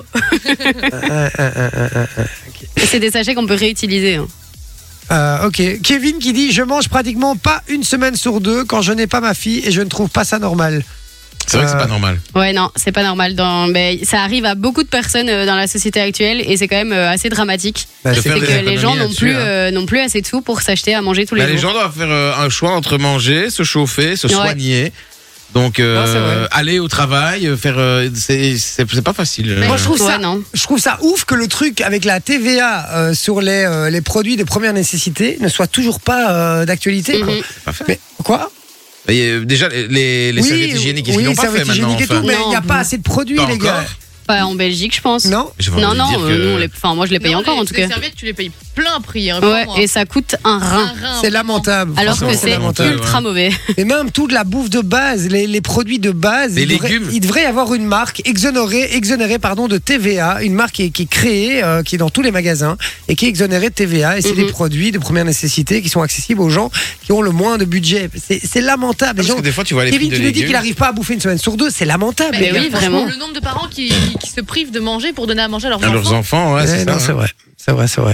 Euh, euh, euh, euh, euh. Et c'est des sachets qu'on peut réutiliser. hein. Euh, ok, Kevin qui dit je mange pratiquement pas une semaine sur deux quand je n'ai pas ma fille et je ne trouve pas ça normal. C'est vrai que c'est Euh, pas normal. Ouais, non, c'est pas normal. Dans, ben, ça arrive à beaucoup de personnes euh, dans la société actuelle et c'est quand même euh, assez dramatique. Bah, Je c'est- faire C'est des que les gens économies n'ont là-dessus, plus, hein. euh, n'ont plus assez de sous pour s'acheter à manger tous les Bah, les jours. gens doivent faire euh, un choix entre manger, se chauffer, se Ouais. soigner. Donc, euh, Non, c'est vrai. aller au travail, euh, faire. euh, c'est c'est- c'est pas facile. Moi, je trouve Ouais, ça- non. Je trouve ça ouf que le truc avec la T V A euh, sur les, euh, les produits de première nécessité ne soit toujours pas euh, d'actualité. quoi. Mhm. C'est pas fait. Mais quoi Et, euh, déjà, les, les, les Oui, serviettes hygiéniques, ils oui, l'ont pas fait serviettes maintenant. hygiéniques et tout, enfin. mais il n'y a Non. pas assez de produits, Pas les gars. encore. Pas en Belgique, je pense. Non J'ai Non, envie de non, dire euh, que- nous, on les, enfin, moi je les paye Non, encore les- en tout Les cas. serviettes, tu les payes plein prix. Hein, Ouais, vraiment, et hein. ça coûte un rein. Un rein, C'est vraiment. lamentable. Alors Franchement, que c'est lamentable. lamentable, ultra ouais. mauvais. Et même toute la bouffe de base, les, les produits de base, Les il devrait, légumes. il devrait y avoir une marque exonérée, exonérée pardon, de T V A, une marque qui est, qui est créée, euh, qui est dans tous les magasins et qui est exonérée de T V A. Et c'est Mhm. des produits de première nécessité qui sont accessibles aux gens qui ont le moins de budget. C'est c'est lamentable. Les Parce gens, que des fois, tu vois les prix Kevin, de tu nous dis légumes. qu'il n'arrive pas à bouffer une semaine sur deux, c'est lamentable. Mais les gars, oui, franchement. vraiment. Le nombre de parents qui, qui- qui se privent de manger pour donner à manger à leurs À leurs enfants. enfants, ouais, Ouais, c'est non, ça. c'est hein. vrai, c'est vrai, c'est vrai.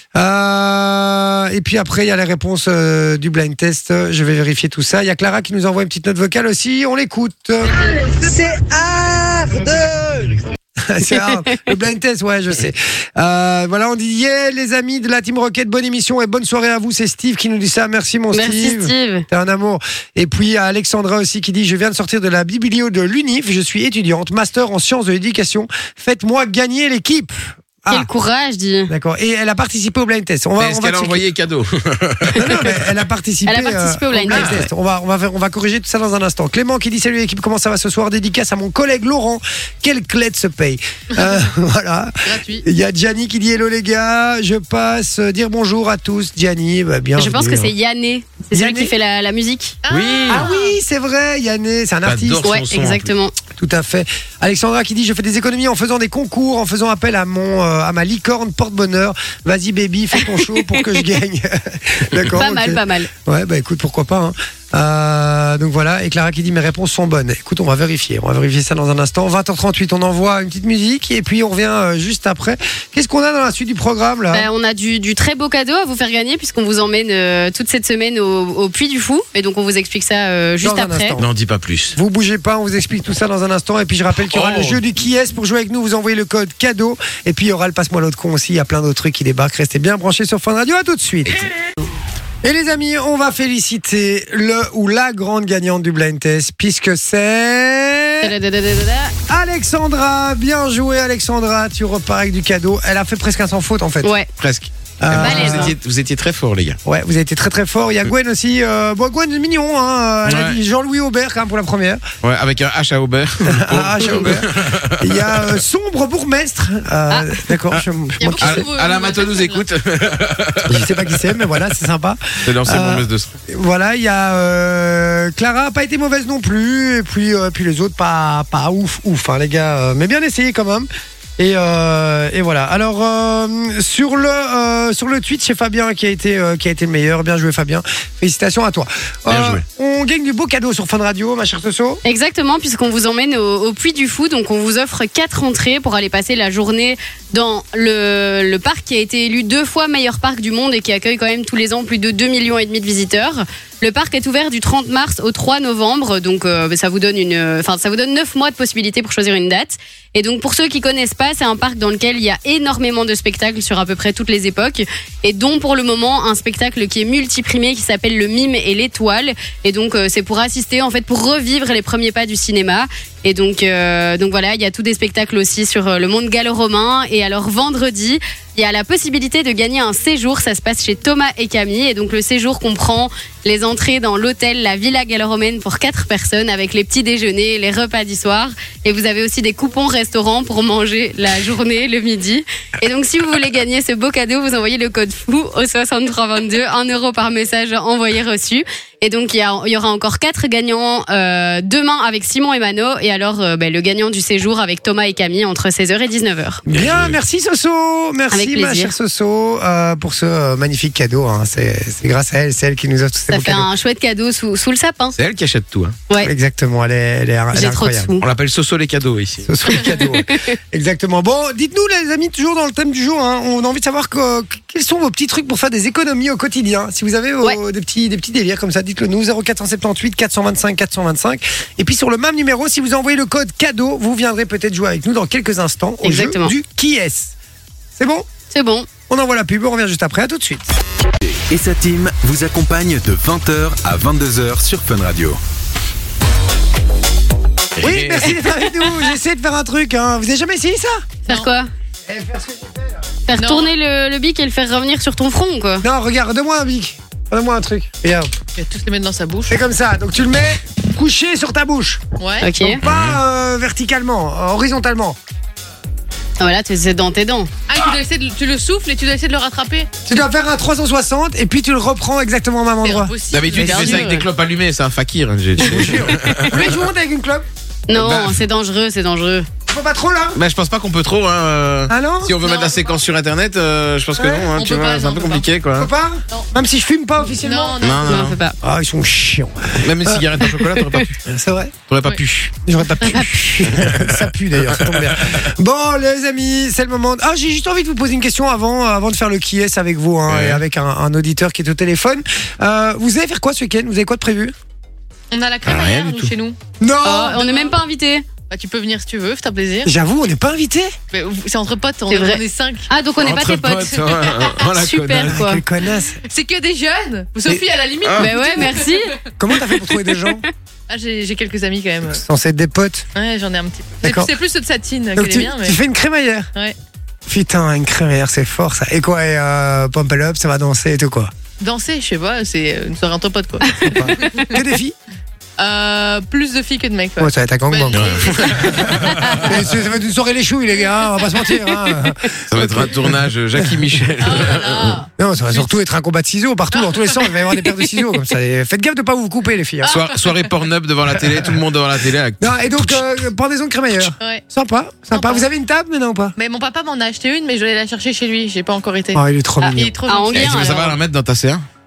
Euh, et puis après, il y a les réponses euh, du blind test. Je vais vérifier tout ça. Il y a Clara qui nous envoie une petite note vocale aussi. On l'écoute. C'est hard. C'est hard. Le blind test, ouais, je sais. Euh, voilà, on dit yeah, les amis de la Team Rocket, bonne émission et bonne soirée à vous. C'est Steve qui nous dit ça. Merci, mon Merci Steve. Steve. T'es un amour. Et puis il y a Alexandra aussi qui dit je viens de sortir de la biblio de l'Unif. Je suis étudiante, master en sciences de l'éducation. Faites-moi gagner l'équipe. Ah. Quel courage, dit. D'accord. Et elle a participé au blind test. On va, Mais on est-ce va qu'elle a checker. envoyé cadeau Non, non, mais elle a participé. Elle a participé euh, au blind test. On va, on va, faire- on va corriger tout ça dans un instant. Clément qui dit salut l'équipe, comment ça va ce soir? Dédicace à mon collègue Laurent. Quelle clé de se paye. Euh, voilà. Gratuit. Il y a Gianni qui dit hello les gars. Je passe euh, dire bonjour à tous. Gianni, bah, bienvenue. Je pense que c'est Yanné. C'est celui Yanné qui fait la, la musique. Ah, Oui. Ah oui, c'est vrai, Yanné, c'est un artiste. J'adore. Son Ouais, son, en exactement. Tout à fait. Alexandra qui dit je fais des économies en faisant des concours, en faisant appel à mon euh, à ma licorne porte-bonheur. Vas-y baby, fais ton show pour que je gagne. D'accord. Pas ok. mal, pas mal. Ouais, bah écoute, pourquoi pas. Hein. Euh, donc voilà, et Clara qui dit mes réponses sont bonnes. Écoute, on va vérifier, on va vérifier ça dans un instant. vingt heures trente-huit, on envoie une petite musique et puis on revient euh, juste après. Qu'est-ce qu'on a dans la suite du programme là? Ben, on a du, du très beau cadeau à vous faire gagner puisqu'on vous emmène euh, toute cette semaine au, au Puy du Fou. Et donc on vous explique ça euh, juste Dans un après. instant. N'en dis pas plus. Vous bougez pas, on vous explique tout ça dans un instant. Et puis je rappelle qu'il y aura Oh. le jeu du qui est pour jouer avec nous. Vous envoyez le code cadeau. Et puis il y aura le passe-moi l'autre con aussi. Il y a plein d'autres trucs qui débarquent. Restez bien branchés sur Fun Radio. À tout de suite. Et les amis, on va féliciter le ou la grande gagnante du blind test puisque c'est Da-da-da-da-da-da. Alexandra. Bien joué Alexandra. Tu repars avec du cadeau. Elle a fait presque un sans faute en fait. Ouais. Presque. Euh, balèze, Vous hein. étiez, vous étiez très forts, les gars. Ouais, vous avez été très très fort. Il y a Gwen aussi. Euh, bon, Gwen, mignon. Hein. Elle a Ouais. dit Jean-Louis Aubert quand même pour la première. Ouais, avec un H à Aubert. Ah, chez Aubert. Il y a euh, Sombre Bourgmestre. Euh, Ah. D'accord. Je, Il y a moi beaucoup qui de sais, nouveaux- Alain nouvelles Mato nous personnes, écoute. je sais pas qui c'est, mais voilà, c'est sympa. C'est l'ancien Euh, bombeuse de Voilà, il y a euh, Clara, pas été mauvaise non plus. Et puis, euh, puis les autres, pas, pas ouf, ouf, hein, les gars. euh, mais bien essayé quand même. Et, euh, et voilà. Alors euh, sur le euh, sur le tweet chez Fabien qui a été euh, qui a été le meilleur. Bien joué Fabien. Félicitations à toi. Bien joué. On gagne du beau cadeau sur Fun Radio, ma chère Soso. Exactement, puisqu'on vous emmène au, au Puy du Fou. Donc, on vous offre quatre entrées pour aller passer la journée dans le, le parc qui a été élu deux fois meilleur parc du monde et qui accueille quand même tous les ans plus de deux millions et demi de visiteurs. Le parc est ouvert du trente mars au trois novembre. Donc, euh, ça vous donne une, enfin, ça vous donne neuf mois de possibilité pour choisir une date. Et donc, pour ceux qui connaissent pas, c'est un parc dans lequel il y a énormément de spectacles sur à peu près toutes les époques. Et dont, pour le moment, un spectacle qui est multiprimé qui s'appelle Le Mime et l'Étoile. Et donc, euh, c'est pour assister, en fait, pour revivre les premiers pas du cinéma. Et donc, euh, donc voilà, il y a tous des spectacles aussi sur euh, le monde gallo-romain. Et alors, vendredi, il y a la possibilité de gagner un séjour. Ça se passe chez Thomas et Camille. Et donc, le séjour comprend les entrées dans l'hôtel La Villa Gallo-Romaine pour quatre personnes avec les petits déjeuners, les repas du soir. Et vous avez aussi des coupons restaurants pour manger la journée, le midi. Et donc, si vous voulez gagner ce beau cadeau, vous envoyez le code FOU au soixante-trois vingt-deux, un euro par message envoyé reçu. Et donc, il y, a- il y aura encore quatre gagnants euh, demain avec Simon et Mano. Et alors, euh, ben, le gagnant du séjour avec Thomas et Camille entre seize heures et dix-neuf heures. Bien, merci Soso. Merci Avec ma plaisir. chère Soso euh, pour ce euh, magnifique cadeau. Hein. C'est c'est grâce à elle, c'est elle qui nous offre tous ces Ça beaux fait cadeaux. un chouette cadeau sous, sous le sapin. C'est elle qui achète tout. Hein. Ouais, Exactement, elle est, elle est, elle est j'ai trop de incroyable. sous. On l'appelle Soso les cadeaux ici. Ce sont les cadeaux. ouais. Exactement. Bon, dites-nous les amis, toujours dans le thème du jour, hein, on a envie de savoir que- que- quels sont vos petits trucs pour faire des économies au quotidien. Si vous avez vos- Ouais. des, petits, des petits délires comme ça, dites-le nous, zéro quatre cent soixante-dix-huit quatre cent vingt-cinq quatre cent vingt-cinq. Et puis sur le même numéro, si vous envoyez le code cadeau, vous viendrez peut-être jouer avec nous dans quelques instants au Exactement. jeu du qui est-ce. C'est bon? C'est bon. On envoie la pub, on revient juste après, à tout de suite. Et sa team vous accompagne de vingt heures à vingt-deux heures sur Fun Radio. Oui, merci d'être avec nous. J'ai essayé de faire un truc, hein. Vous avez jamais essayé ça? Faire Non. quoi Eh, faire ce que j'ai fait, là. Faire Non. tourner le, le bic et le faire revenir sur ton front, quoi. Non, regarde, donne-moi un bic. Donne-moi un truc. Regarde. Il va tous les mettre dans sa bouche. C'est comme ça. Donc tu le mets couché sur ta bouche. Ouais. Ok. Donc pas euh, verticalement, euh, horizontalement. Voilà, c'est dans tes dents. Ah, tu, dois essayer de- tu le souffles et tu dois essayer de le rattraper. Tu dois faire un trois cent soixante et puis tu le reprends exactement au même C'est endroit. impossible. D'habitude, tu fais Regardez, ça avec ouais. des clopes allumées. C'est un fakir. hein, j'ai- Vous voulez que je vous monte avec une clope? Non, Bah. c'est dangereux, c'est dangereux. Faut pas trop là? Bah, je pense pas qu'on peut trop. Hein, euh, Ah non? si on veut Non, mettre la on peut séquence sur internet, euh, je pense que Ouais, non. Hein, on tu peut vois, pas, c'est un non, peu on peut compliqué Faut quoi. pas? Non. Même si je fume pas officiellement? Non, non. Non, non, Non, non. on fait pas. Ah, ils sont chiants. Même une cigarette au chocolat, t'aurais pas pu. C'est vrai? T'aurais pas Ouais. pu. J'aurais pas pu. Ça pue d'ailleurs, ça tombe bien. Bon, les amis, c'est le moment. Ah, j'ai juste envie de vous poser une question avant, avant de faire le qui est avec vous hein, Ouais. et avec un, un auditeur qui est au téléphone. Euh, vous allez faire quoi ce week-end? Vous avez quoi de prévu? On a la Ah, rien crémaillère, du nous, tout. chez nous. Non! Oh, on n'est même pas invité. Bah, tu peux venir si tu veux, c'est un plaisir. J'avoue, on n'est pas invité. Mais c'est entre potes, on, C'est est- vrai. on est cinq. Ah, donc on n'est pas Entre tes potes. potes, ouais, ouais, oh, la Super, connasse. quoi. Quelle connasse. C'est que des jeunes. Sophie, à la limite. Ah. Bah ouais, merci. Comment t'as fait pour trouver des gens? Ah, j'ai j'ai quelques amis quand même. C'est censé être des potes. Ouais, j'en ai un petit peu. C'est- D'accord. C'est plus ceux de Satine Donc que les tu, miens, mais. tu fais une crémaillère. Ouais. Putain, une crémaillère, c'est fort ça. Et quoi, et, euh, Pump It Up, ça va danser et tout quoi. Danser, je sais pas, c'est une soirée entre potes quoi. Que des filles? Euh, plus de filles que de mecs. Ouais. Ouais, ça va être un gangbang. Ouais. quoi. Et c'est- ça va être une soirée les chouilles, les gars, hein, on va pas se mentir. Hein. Ça va être un tournage euh, Jackie Michel. Oh là là. Non, ça va surtout être un combat de ciseaux partout, dans tous les sens. Il va y avoir des paires de ciseaux comme ça. Et faites gaffe de pas vous couper, les filles. hein. Soir- soirée porn-up devant la télé, tout le monde devant la télé. avec- Non, et donc, euh, pendaison de crémaillère. Ouais. Sympa, sympa. Sympa. Vous avez une table maintenant ou pas? Mais mon papa m'en a acheté une, mais je vais aller la chercher chez lui. J'ai pas encore été. Oh, il est trop Ah, mignon. Il est trop Ah, en gentil. Eh, lien, tu veux alors. savoir la mettre dans ta C un?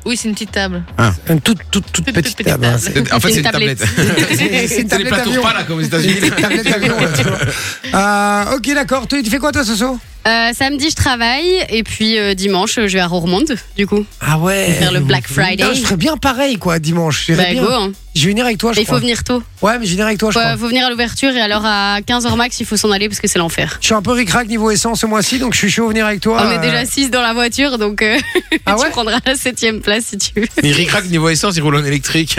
Oui, c'est une petite table. Une toute, toute, toute Toute, petite toute table. hein, petite c'est- En fait, Une c'est une tablette. tablette. C'est c'est une C'est les tablette plateaux d'avion. repas, là, comme aux États-Unis. C'est une tablette d'avion, là, tu vois. Euh, ok, d'accord. Tu tu fais quoi, toi, Soso? Euh, samedi, je travaille. Et puis euh, dimanche, je vais à Roermond, du coup. Ah ouais. Faire le Black Friday. Ah, je ferais bien pareil, quoi, dimanche. J'irais Bah, bien. go, hein. Je vais venir avec toi, je Mais il faut crois. venir tôt. Ouais, mais je vais venir avec toi, je Faut, crois. faut venir à l'ouverture et alors à quinze heures max, il faut s'en aller parce que c'est l'enfer. Je suis un peu ric-rac niveau essence ce mois-ci, donc je suis chaud de venir avec toi. On est euh. déjà six dans la voiture, donc euh, Ah ouais tu prendras la septième place si tu veux. Mais ric-rac niveau essence, il roule en électrique.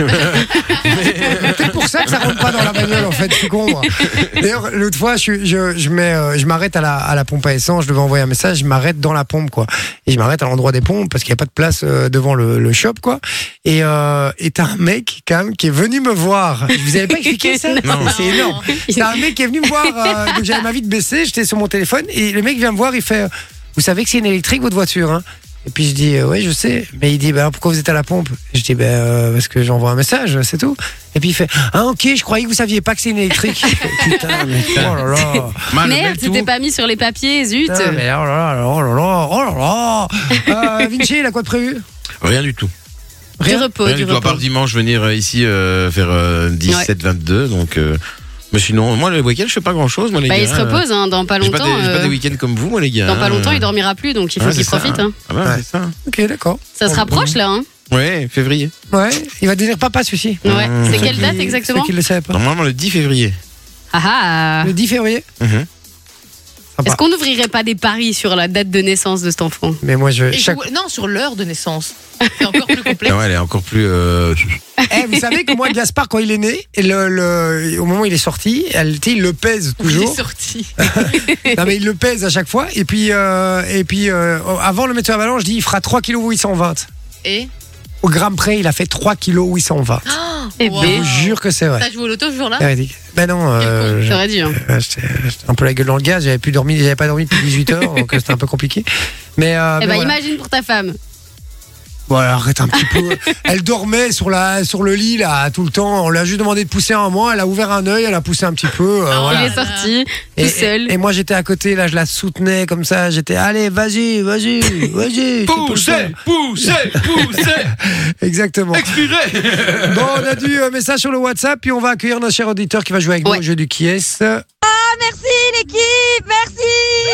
C'est peut-être pour ça que ça rentre pas dans la bagnole, en fait. Je suis con, moi. D'ailleurs, l'autre fois, je, suis- je, je, mets, euh, je m'arrête à la, à la pompe à essence. Je devais envoyer un message. Je m'arrête dans la pompe, quoi. Et je m'arrête à l'endroit des pompes parce qu'il n'y a pas de place euh, devant le, le shop, quoi. Et euh, et t'as un mec, quand même, qui est venu me voir. Je vous avais pas expliqué ça? Non. C'est énorme. C'est un mec qui est venu me voir. Euh, donc j'avais ma vitre baissée. J'étais sur mon téléphone. Et le mec vient me voir. Il fait, vous savez que c'est une électrique, votre voiture, hein? Et puis je dis, euh, ouais, je sais. Mais il dit, bah, pourquoi vous êtes à la pompe? Et je dis, bah, euh, parce que j'envoie un message, c'est tout. Et puis il fait, ah, ok, je croyais que vous saviez pas que c'est une électrique. Putain, mais oh là là. Man, le Merde, bel tu tout. t'es pas mis sur les papiers, zut. Putain, mais oh là là, oh là là, oh là là. Euh, Vinci, il a quoi de prévu? Rien du tout. Du repos, Rien du du tout. À repos. part dimanche, venir euh, ici euh, faire euh, dix-sept vingt-deux. Donc, euh, mais sinon, moi, le week-end, je fais pas grand-chose, moi, les Bah, gars. il se repose hein, dans pas J'ai pas, longtemps. des, j'ai pas euh, des week-ends comme vous, moi, les gars. Dans pas hein. longtemps, il dormira plus, donc il faut Ouais, qu'il c'est ça, profite. hein. Hein. Ah bah, Ouais. c'est ça. Ok, d'accord. Ça se rapproche là. Hein. Ouais, février. Ouais, il va devenir papa, celui-ci. Ouais. Mmh. C'est Ceux quelle qui- date exactement Ceux qui le savaient pas. Normalement, le dix février. Ah ah. Le dix février. Mhm. Sympa. Est-ce qu'on n'ouvrirait pas des paris sur la date de naissance de cet enfant? Mais moi, je. Et Chaque... je- Non, sur l'heure de naissance. C'est encore plus complexe. Ah ouais, elle est encore plus. euh, Eh, vous savez que moi, Gaspard, quand il est né, et le, le- au moment où il est sorti, elle, tu sais, il le pèse Il est toujours. sorti. Non, mais il le pèse à chaque fois. Et puis, euh, et puis euh, avant le mettre sur la balance, je dis, il fera trois kilos huit cent vingt. Et Au gramme près, il a fait trois kilos huit cent vingt. oh, Eh wow. Je vous jure que c'est vrai. T'as joué au loto ce jour-là? C'est véridique. Ben non, euh, je- J'aurais dû. Hein. euh, j'étais j'étais un peu la gueule dans le gaz. J'avais plus dormi, j'avais pas dormi depuis dix-huit heures, donc euh, c'était un peu compliqué. Mais, euh, Eh mais ben, voilà. imagine pour ta femme. Voilà, arrête un petit peu. Elle dormait sur la sur le lit là tout le temps. On lui a juste demandé de pousser un moment. Elle a ouvert un œil, elle a poussé un petit peu. euh, Oh, voilà. Il est sorti, Et, tout seul. et, et moi j'étais à côté là, je la soutenais comme ça. J'étais allez, vas-y, vas-y, vas-y. tu peux le faire. poussez, poussez, Exactement. expirez. Bon, on a du euh, message sur le WhatsApp, puis on va accueillir notre cher auditeur qui va jouer avec nous Ouais. au jeu du qui est. Merci l'équipe, merci.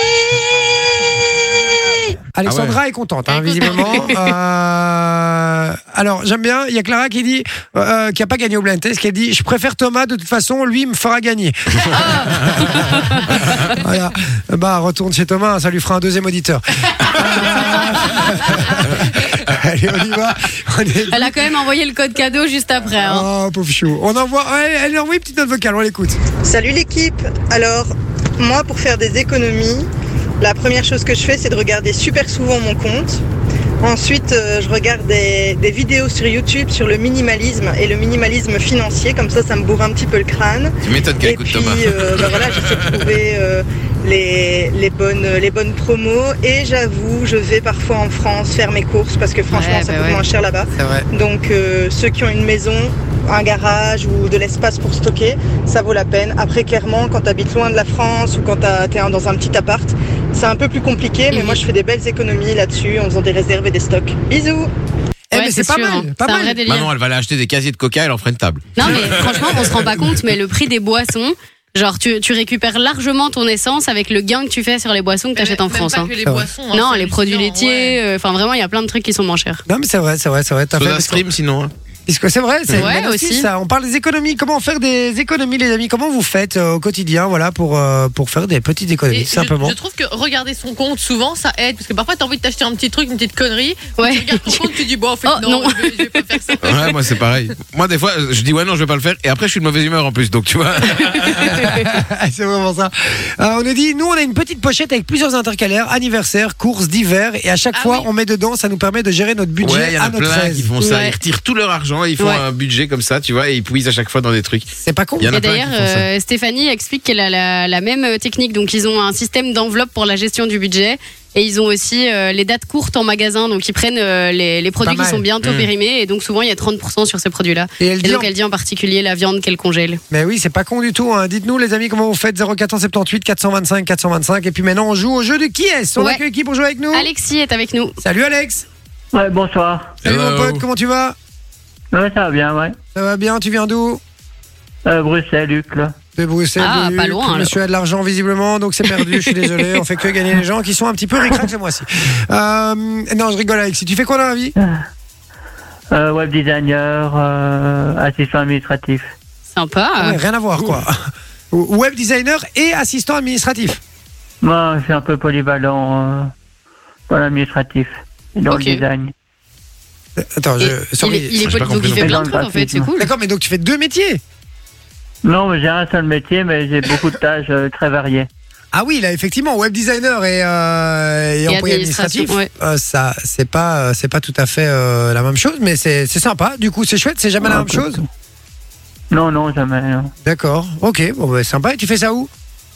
Alexandra est contente, hein, Elle est visiblement. Euh, alors, j'aime bien. Il y a Clara qui dit, euh, qui a pas gagné au blind test, qui a dit, je préfère Thomas. De toute façon, lui il me fera gagner. Voilà. Bah, retourne chez Thomas, ça lui fera un deuxième auditeur. Allez, on y va. On est- Elle a quand même envoyé le code cadeau juste après. Hein. Oh, pauvre chou. On envoie. Ouais, elle a envoyé une petite note vocale. On l'écoute. Salut l'équipe. Alors, moi pour faire des économies, la première chose que je fais c'est de regarder super souvent mon compte. Ensuite, euh, je regarde des, des vidéos sur YouTube sur le minimalisme et le minimalisme financier, comme ça ça me bourre un petit peu le crâne. Tu m'étonnes qu'elle Et écoute puis Thomas. euh, bah voilà, j'essaie de trouver euh, les, les, bonnes, les bonnes promos et j'avoue, je vais parfois en France faire mes courses parce que franchement Ouais, ça bah coûte ouais. moins cher là-bas. C'est vrai. Donc euh, ceux qui ont une maison, un garage ou de l'espace pour stocker, ça vaut la peine. Après clairement, quand tu habites loin de la France ou quand tu es dans un petit appart, c'est un peu plus compliqué, mais Mhm. moi je fais des belles économies là-dessus en faisant des réserves et des stocks. Bisous. Eh, Ouais, mais c'est pas sûr, mal. hein. Pas C'est un mal. vrai délire. Manon, elle va aller acheter des casiers de coca, elle en fera une table. Non, mais franchement, on se rend pas compte, mais le prix des boissons, genre, tu, tu récupères largement ton essence avec le gain que tu fais sur les boissons que tu achètes en Même France. Pas hein. que les C'est vrai. boissons. hein, Non, c'est les produits hallucinant, laitiers, ouais. euh, enfin vraiment, il y a plein de trucs qui sont moins chers. Non, mais c'est vrai, c'est vrai, c'est vrai. T'as fait. Soda parce que- stream sinon. hein. Parce que c'est vrai, c'est Ouais, une bonne astuce, aussi. ça. On parle des économies. Comment faire des économies, les amis? Comment vous faites euh, au quotidien, voilà, pour euh, pour faire des petites économies, Et je, simplement. je trouve que regarder son compte, souvent, ça aide. Parce que parfois, t'as envie de t'acheter un petit truc, une petite connerie. Ouais. Tu regardes ton compte, tu dis, bon, en fait, Oh, non, non. Je, vais, je vais pas faire ça. Ouais, moi c'est pareil. Moi des fois, je dis ouais non, je vais pas le faire, et après je suis de mauvaise humeur en plus, donc tu vois. C'est vraiment ça. Euh, on nous dit, nous, on a une petite pochette avec plusieurs intercalaires, anniversaires, courses d'hiver, et à chaque Ah fois, oui. on met dedans, ça nous permet de gérer notre budget Ouais, il y en à a notre plein aise. qui font ça, Ouais. ils retirent tout leur argent et ils font Ouais. un budget comme ça, tu vois, et ils puisent à chaque fois dans des trucs. C'est pas con. Il y en a Et plein d'ailleurs, qui font ça. euh, Stéphanie explique qu'elle a la, la même euh, technique. Donc, ils ont un système d'enveloppe pour la gestion du budget. Et ils ont aussi euh, les dates courtes en magasin. Donc, ils prennent euh, les, les produits Pas qui mal. sont bientôt Mmh. périmés. Et donc, souvent, il y a trente pour cent sur ces produits-là. Et elle Et dit, donc, elle dit en particulier la viande qu'elle congèle. mais oui, c'est pas con du tout. Hein. Dites-nous, les amis, comment vous faites? Zéro quatre cent soixante-dix-huit quatre cent vingt-cinq quatre cent vingt-cinq. Et puis maintenant, on joue au jeu de qui est-ce? On Ouais. accueille qui pour jouer avec nous? Alexis est avec nous. Salut Alex. Ouais, bonsoir. Salut Hello. mon pote, comment tu vas? Ouais, ça va bien, ouais. Ça va bien, tu viens d'où? Euh, Bruxelles, Luc, là. De Bruxelles, Ah, de pas Luc. loin, alors. Monsieur a de l'argent visiblement, donc c'est perdu, je suis désolé. On fait que gagner les gens qui sont un petit peu ric-rac ce mois-ci. Euh, non, je rigole Alexis. Tu fais quoi dans la vie? Euh, web designer, euh, assistant administratif. Sympa. Ah ouais, rien à voir quoi. Web designer et assistant administratif. Moi, je suis un peu polyvalent euh, dans l'administratif et dans Ok. le design. Attends, je. Il sorry. est, il est j'ai pas poly- donc compris il fait non plein de plus. trucs en fait, c'est cool. D'accord, mais donc tu fais deux métiers? Non, mais j'ai un seul métier, mais j'ai beaucoup de tâches euh, très variées. Ah oui, là effectivement, web designer et, euh, et Et employé administration, administratif, ouais. euh, ça c'est pas euh, c'est pas tout à fait euh, la même chose, mais c'est c'est sympa. Du coup, c'est chouette. C'est jamais la Ah, même chose. Non, non, jamais. non. D'accord. Ok. Bon, bah, sympa. Et tu fais ça où?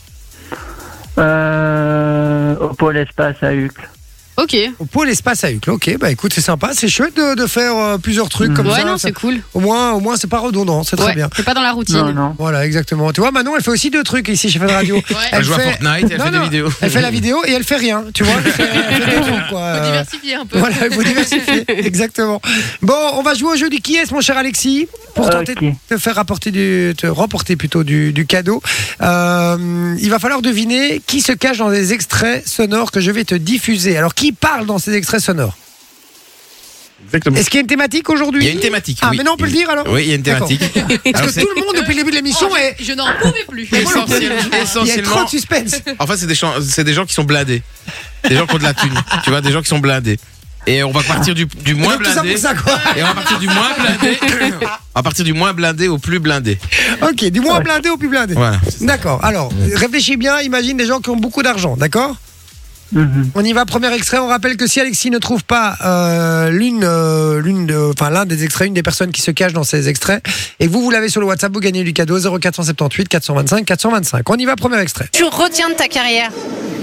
Euh, au pôle espace à Uccle. Ok. Au pôle espace à Uccle. Ok. Bah écoute, c'est sympa. C'est chouette de, de faire euh, plusieurs trucs comme Ouais, ça. non, Ça- c'est cool. Au moins, au moins, c'est pas redondant. C'est très Ouais, bien. c'est pas dans la routine. Non, non. Voilà, exactement. Tu vois, Manon, elle fait aussi deux trucs ici chez Fun Radio. Elle joue à Fortnite et elle Non, fait des non, vidéos. Elle fait la vidéo et elle fait rien. Tu vois, elle fait, elle fait deux trucs, quoi. Faut Euh, diversifier un peu. Voilà, il faut diversifier. Exactement. Bon, on va jouer au jeu du qui est-ce, mon cher Alexis, pour tenter Ok. de te faire rapporter du, te remporter plutôt du, du cadeau. Euh, il va falloir deviner qui se cache dans des extraits sonores que je vais te diffuser. Alors, qui parle dans ces extraits sonores? Exactement. Est-ce qu'il y a une thématique aujourd'hui? Il y a une thématique. Ah, oui. maintenant on peut le dire alors? Oui, il y a une D'accord. thématique. Parce Alors, que c'est tout le monde depuis le début de l'émission Oh, est. je, je n'en pouvais plus. essentiellement, Il y a trop essentiellement de suspense. en fait, c'est des, gens- c'est des gens qui sont blindés. Des gens qui ont de la thune. Tu vois, des gens qui sont blindés. Et on va partir du, du moins Donc, tout ça blindé. pour ça, quoi. Et on va partir du moins blindé. On va partir du moins blindé au plus blindé. Ok, du moins blindé au plus blindé. Voilà. D'accord. Alors, réfléchis bien, imagine des gens qui ont beaucoup d'argent, d'accord? Mhm. On y va, premier extrait. On rappelle que si Alexis ne trouve pas euh, l'une, euh, l'une, de- enfin l'un des extraits, une des personnes qui se cache dans ces extraits, et que vous vous l'avez sur le WhatsApp, vous gagnez du cadeau zéro quatre cent soixante-dix-huit quatre cent vingt-cinq quatre cent vingt-cinq. On y va, premier extrait. Tu retiens de ta carrière?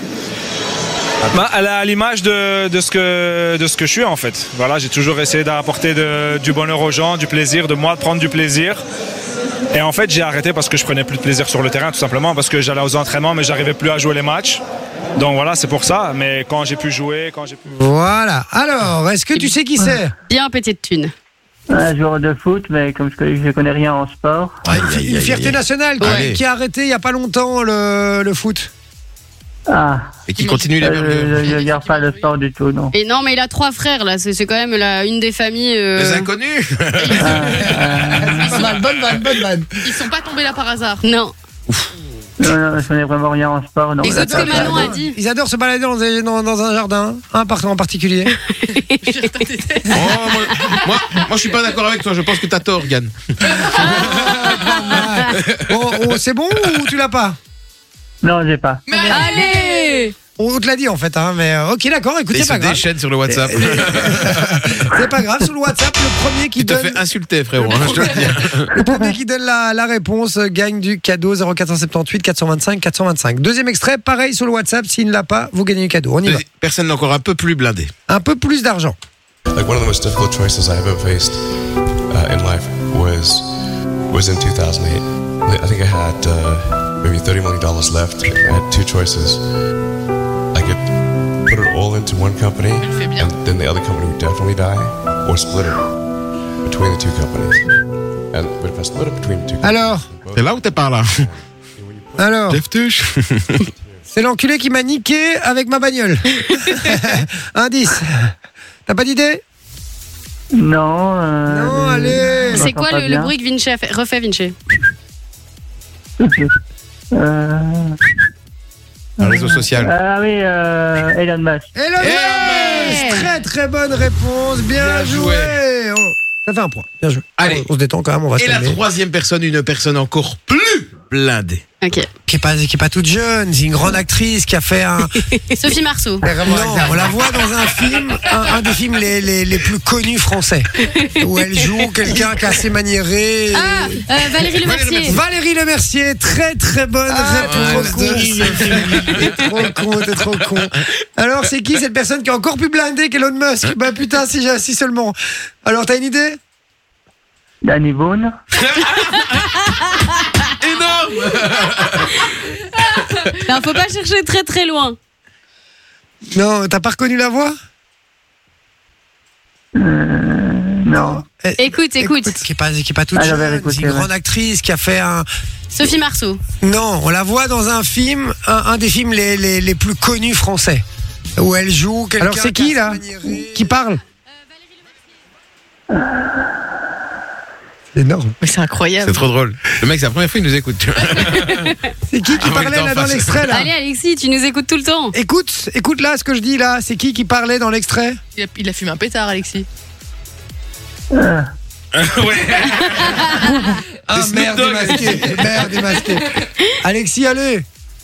Bah, elle a l'image de, de, ce que, de ce que je suis en fait. Voilà, j'ai toujours essayé d'apporter de- du bonheur aux gens, du plaisir, de moi de prendre du plaisir. Et en fait, j'ai arrêté parce que je prenais plus de plaisir sur le terrain, tout simplement, parce que j'allais aux entraînements, mais j'arrivais plus à jouer les matchs. Donc voilà, c'est pour ça. Mais quand j'ai pu jouer, quand j'ai pu... Voilà. Alors, est-ce que tu sais qui c'est? Bien pété de thunes. Un joueur de foot, mais comme je ne connais rien en sport. Une fierté nationale qui, Allez. qui a arrêté il n'y a pas longtemps le, le foot. Ah, Et qui continue les euh, burgers. je ne regarde pas le sport du tout, non. Et non, mais il a trois frères là. C'est c'est quand même la, une des familles. euh, Les inconnus. Pas mal, bonne vanne, bonne vanne. Ils sont pas tombés là par hasard. Non. Non, non, je connais vraiment rien en sport, non. Et c'est ce que D'accord. Manon a dit. Ils adorent se balader dans, des- dans, dans un jardin, un par- en particulier. Oh, moi, moi, moi, je suis pas d'accord avec toi. Je pense que t'as tort, Gann. Bon, oh, c'est bon ou tu l'as pas? Non, j'ai pas. Mais Allez. On te l'a dit en fait, hein, mais euh, ok d'accord, écoute, Et il c'est se pas grave. déchaîne sur le WhatsApp. C'est pas grave, sur le WhatsApp, le premier qui Tu te donne, fais insulter, frérot. hein, je te le dis. le premier qui donne la, la réponse euh, gagne du cadeau zéro quatre cent soixante-dix-huit quatre cent vingt-cinq quatre cent vingt-cinq. Deuxième extrait, pareil sur le WhatsApp, s'il ne l'a pas, vous gagnez du cadeau. On y va. Personne n'est encore un peu plus blindé. Un peu plus d'argent. Like one of the most difficult choices I ever faced uh, in life was was in two thousand eight. I think I had uh, maybe thirty million dollars left. I had two choices. I could put it all into one company, and then the other company would definitely die, or split it between the two companies. And but if I split it between the two companies, Alors, C'est là ou t'es par là? alors, Jeff Tuch. c'est l'enculé qui m'a niqué avec ma bagnole. Indice. T'as pas d'idée? Non. Euh, Non, allez. C'est quoi pas le, le bien. bruit que Vinci a fait? Refais Vinci. Euh, Un réseau social. ah oui, euh, Elon Musk. Elon Musk. Très très bonne réponse, bien, Bien joué. joué. Oh, ça fait un point, bien joué. Allez. On, on se détend quand même, on va se Et la calmer. troisième personne, une personne encore plus blindée. Ok. Qui est pas, qui est pas toute jeune, c'est une grande actrice qui a fait un. Sophie Marceau. Non, on la voit dans un film, un, un des films les, les, les plus connus français, où elle joue quelqu'un qui est assez maniéré. Ah, euh, Valérie Lemercier. Valérie Lemercier, très très bonne réponse ouais, de c'est Sophie. T'es trop con, t'es trop con. Alors c'est qui cette personne qui est encore plus blindée qu'Elon Musk? Bah putain, si, j'ai- si seulement. Alors t'as une idée? Danny Boone. Énorme. Non, faut pas chercher très très loin. Non, t'as pas reconnu la voix? Euh, non. Écoute, écoute. Qui est pas, qui est pas toute Ah, j'avais jeune, écouté, c'est une ouais. grande actrice qui a fait un. Sophie Marceau. Non, on la voit dans un film, un, un des films les, les, les plus connus français, où elle joue quelqu'un. Alors c'est qui là qui parle? C'est énorme. Mais c'est incroyable. C'est trop drôle. Le mec, c'est la première fois qu'il nous écoute. tu vois. C'est qui qui Ah, parlait oui, là dans face. l'extrait là? Allez, Alexis, tu nous écoutes tout le temps. Écoute, écoute là ce que je dis là. C'est qui qui parlait dans l'extrait? Il a, il a fumé un pétard, Alexis. Euh, Ah C'est merde Snoop Dogg. démasqué, merde démasqué. Alexis, allez.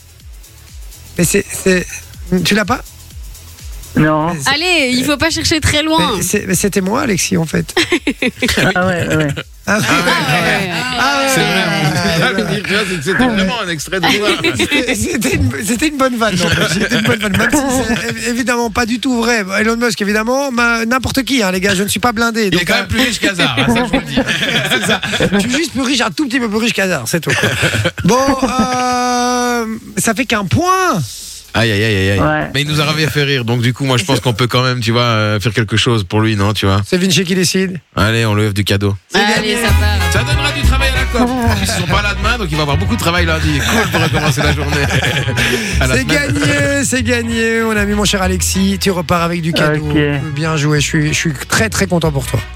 Mais c'est, c'est, tu l'as pas? non. Allez, il faut pas chercher très loin. Mais c'est- mais c'était moi, Alexis, en fait. Ah ouais, ouais. Ah, ouais. Ah ouais. C'est vrai. on peut pas lui dire, tu vois, c'est que C'était vraiment un extrait de moi. C'était- C'était une, c'était une bonne vanne, n'empêche. C'était une bonne vanne, même si c'est évidemment pas du tout vrai. Elon Musk, évidemment, mais n'importe qui, hein, les gars, je ne suis pas blindé. Il donc, est quand euh, même plus riche qu'Hazard, hein, ça je vous le dis. c'est ça. Je suis juste plus riche, un tout petit peu plus riche qu'Hazard, c'est tout. quoi. Bon, euh, ça fait qu'un point. Aïe, aïe, aïe, aïe. aïe. Ouais. Mais il nous a ravi à faire rire, donc du coup, moi je pense qu'on peut quand même, tu vois, euh, faire quelque chose pour lui, non, tu vois. C'est Vinci qui décide. Allez, on lui offre du cadeau. Allez, ça part. Ça donnera du travail à la COP. Ils sont pas là demain, donc il va avoir beaucoup de travail lundi. Cool pour recommencer la journée. À la C'est semaine. gagné, c'est gagné. On a mis mon cher Alexis. Tu repars avec du cadeau. Ok. Bien joué. Je suis, je suis très très content pour toi.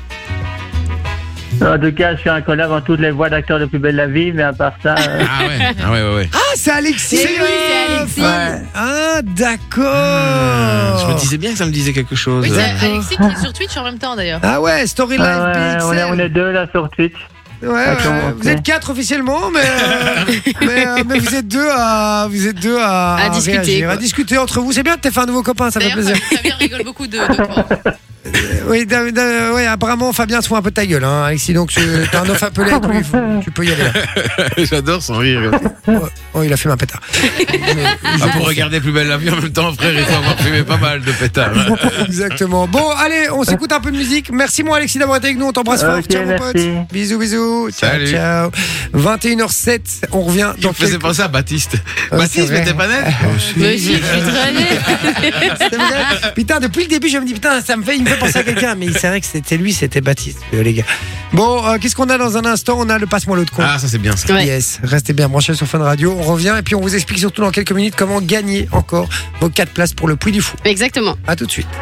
En tout cas, je suis un connard en toutes les voix d'acteurs de Plus belle la vie, mais à part ça. euh, Ah ouais, ah ouais, ouais, ouais. Ah, c'est Alexis. C'est lui, c'est Alexis. Ouais. Ah, d'accord. Je me disais bien que ça me disait quelque chose. Oui, c'est Alexis qui est sur Twitch en même temps d'ailleurs. Ah ouais, Story Live Ah ouais, P X L. on, est, on est deux là sur Twitch. Ouais, ouais, comment vous c'est êtes quatre officiellement, mais, euh, mais, euh, mais vous êtes deux à, vous êtes deux à, À discuter, réagir, quoi. à discuter entre vous. C'est bien que t'aies fait un nouveau copain, ça fait D'ailleurs, plaisir. Fabien rigole beaucoup de, de toi. Oui, da- da- ouais, apparemment Fabien se fout un peu de ta gueule, hein, Alexis. Donc tu t'es un off appelé avec lui, faut- tu peux y aller. Là. J'adore son rire. Oh, oh, il a fait un pétard. Ah, pour regarder Plus belle la vie en même temps, frère, il faut avoir fumé pas mal de pétards. Exactement. Bon, allez, on s'écoute un peu de musique. Merci moi Alexis d'avoir été avec nous. On t'embrasse fort. Ok, Ciao mon pote. merci. Bisous, bisous. Ciao, Salut. ciao. vingt et une heures zéro sept. On revient Il dans me faisait quelques... penser à Baptiste. Ouais, Baptiste, c'est mais vrai. t'es pas net Mais si, je suis très née. C'est vrai. Putain, depuis le début, je me dis putain, ça me fait, il me fait penser à quelqu'un. Mais c'est vrai que c'était lui, c'était Baptiste, euh, les gars. Bon, euh, qu'est-ce qu'on a dans un instant? On a le passe-moi l'autre con. Ah, ça c'est bien ça. Ouais. Yes, restez bien branchés sur Fun Radio. On revient et puis on vous explique surtout dans quelques minutes comment gagner encore vos quatre places pour le Puy du Fou. Exactement. À tout de suite.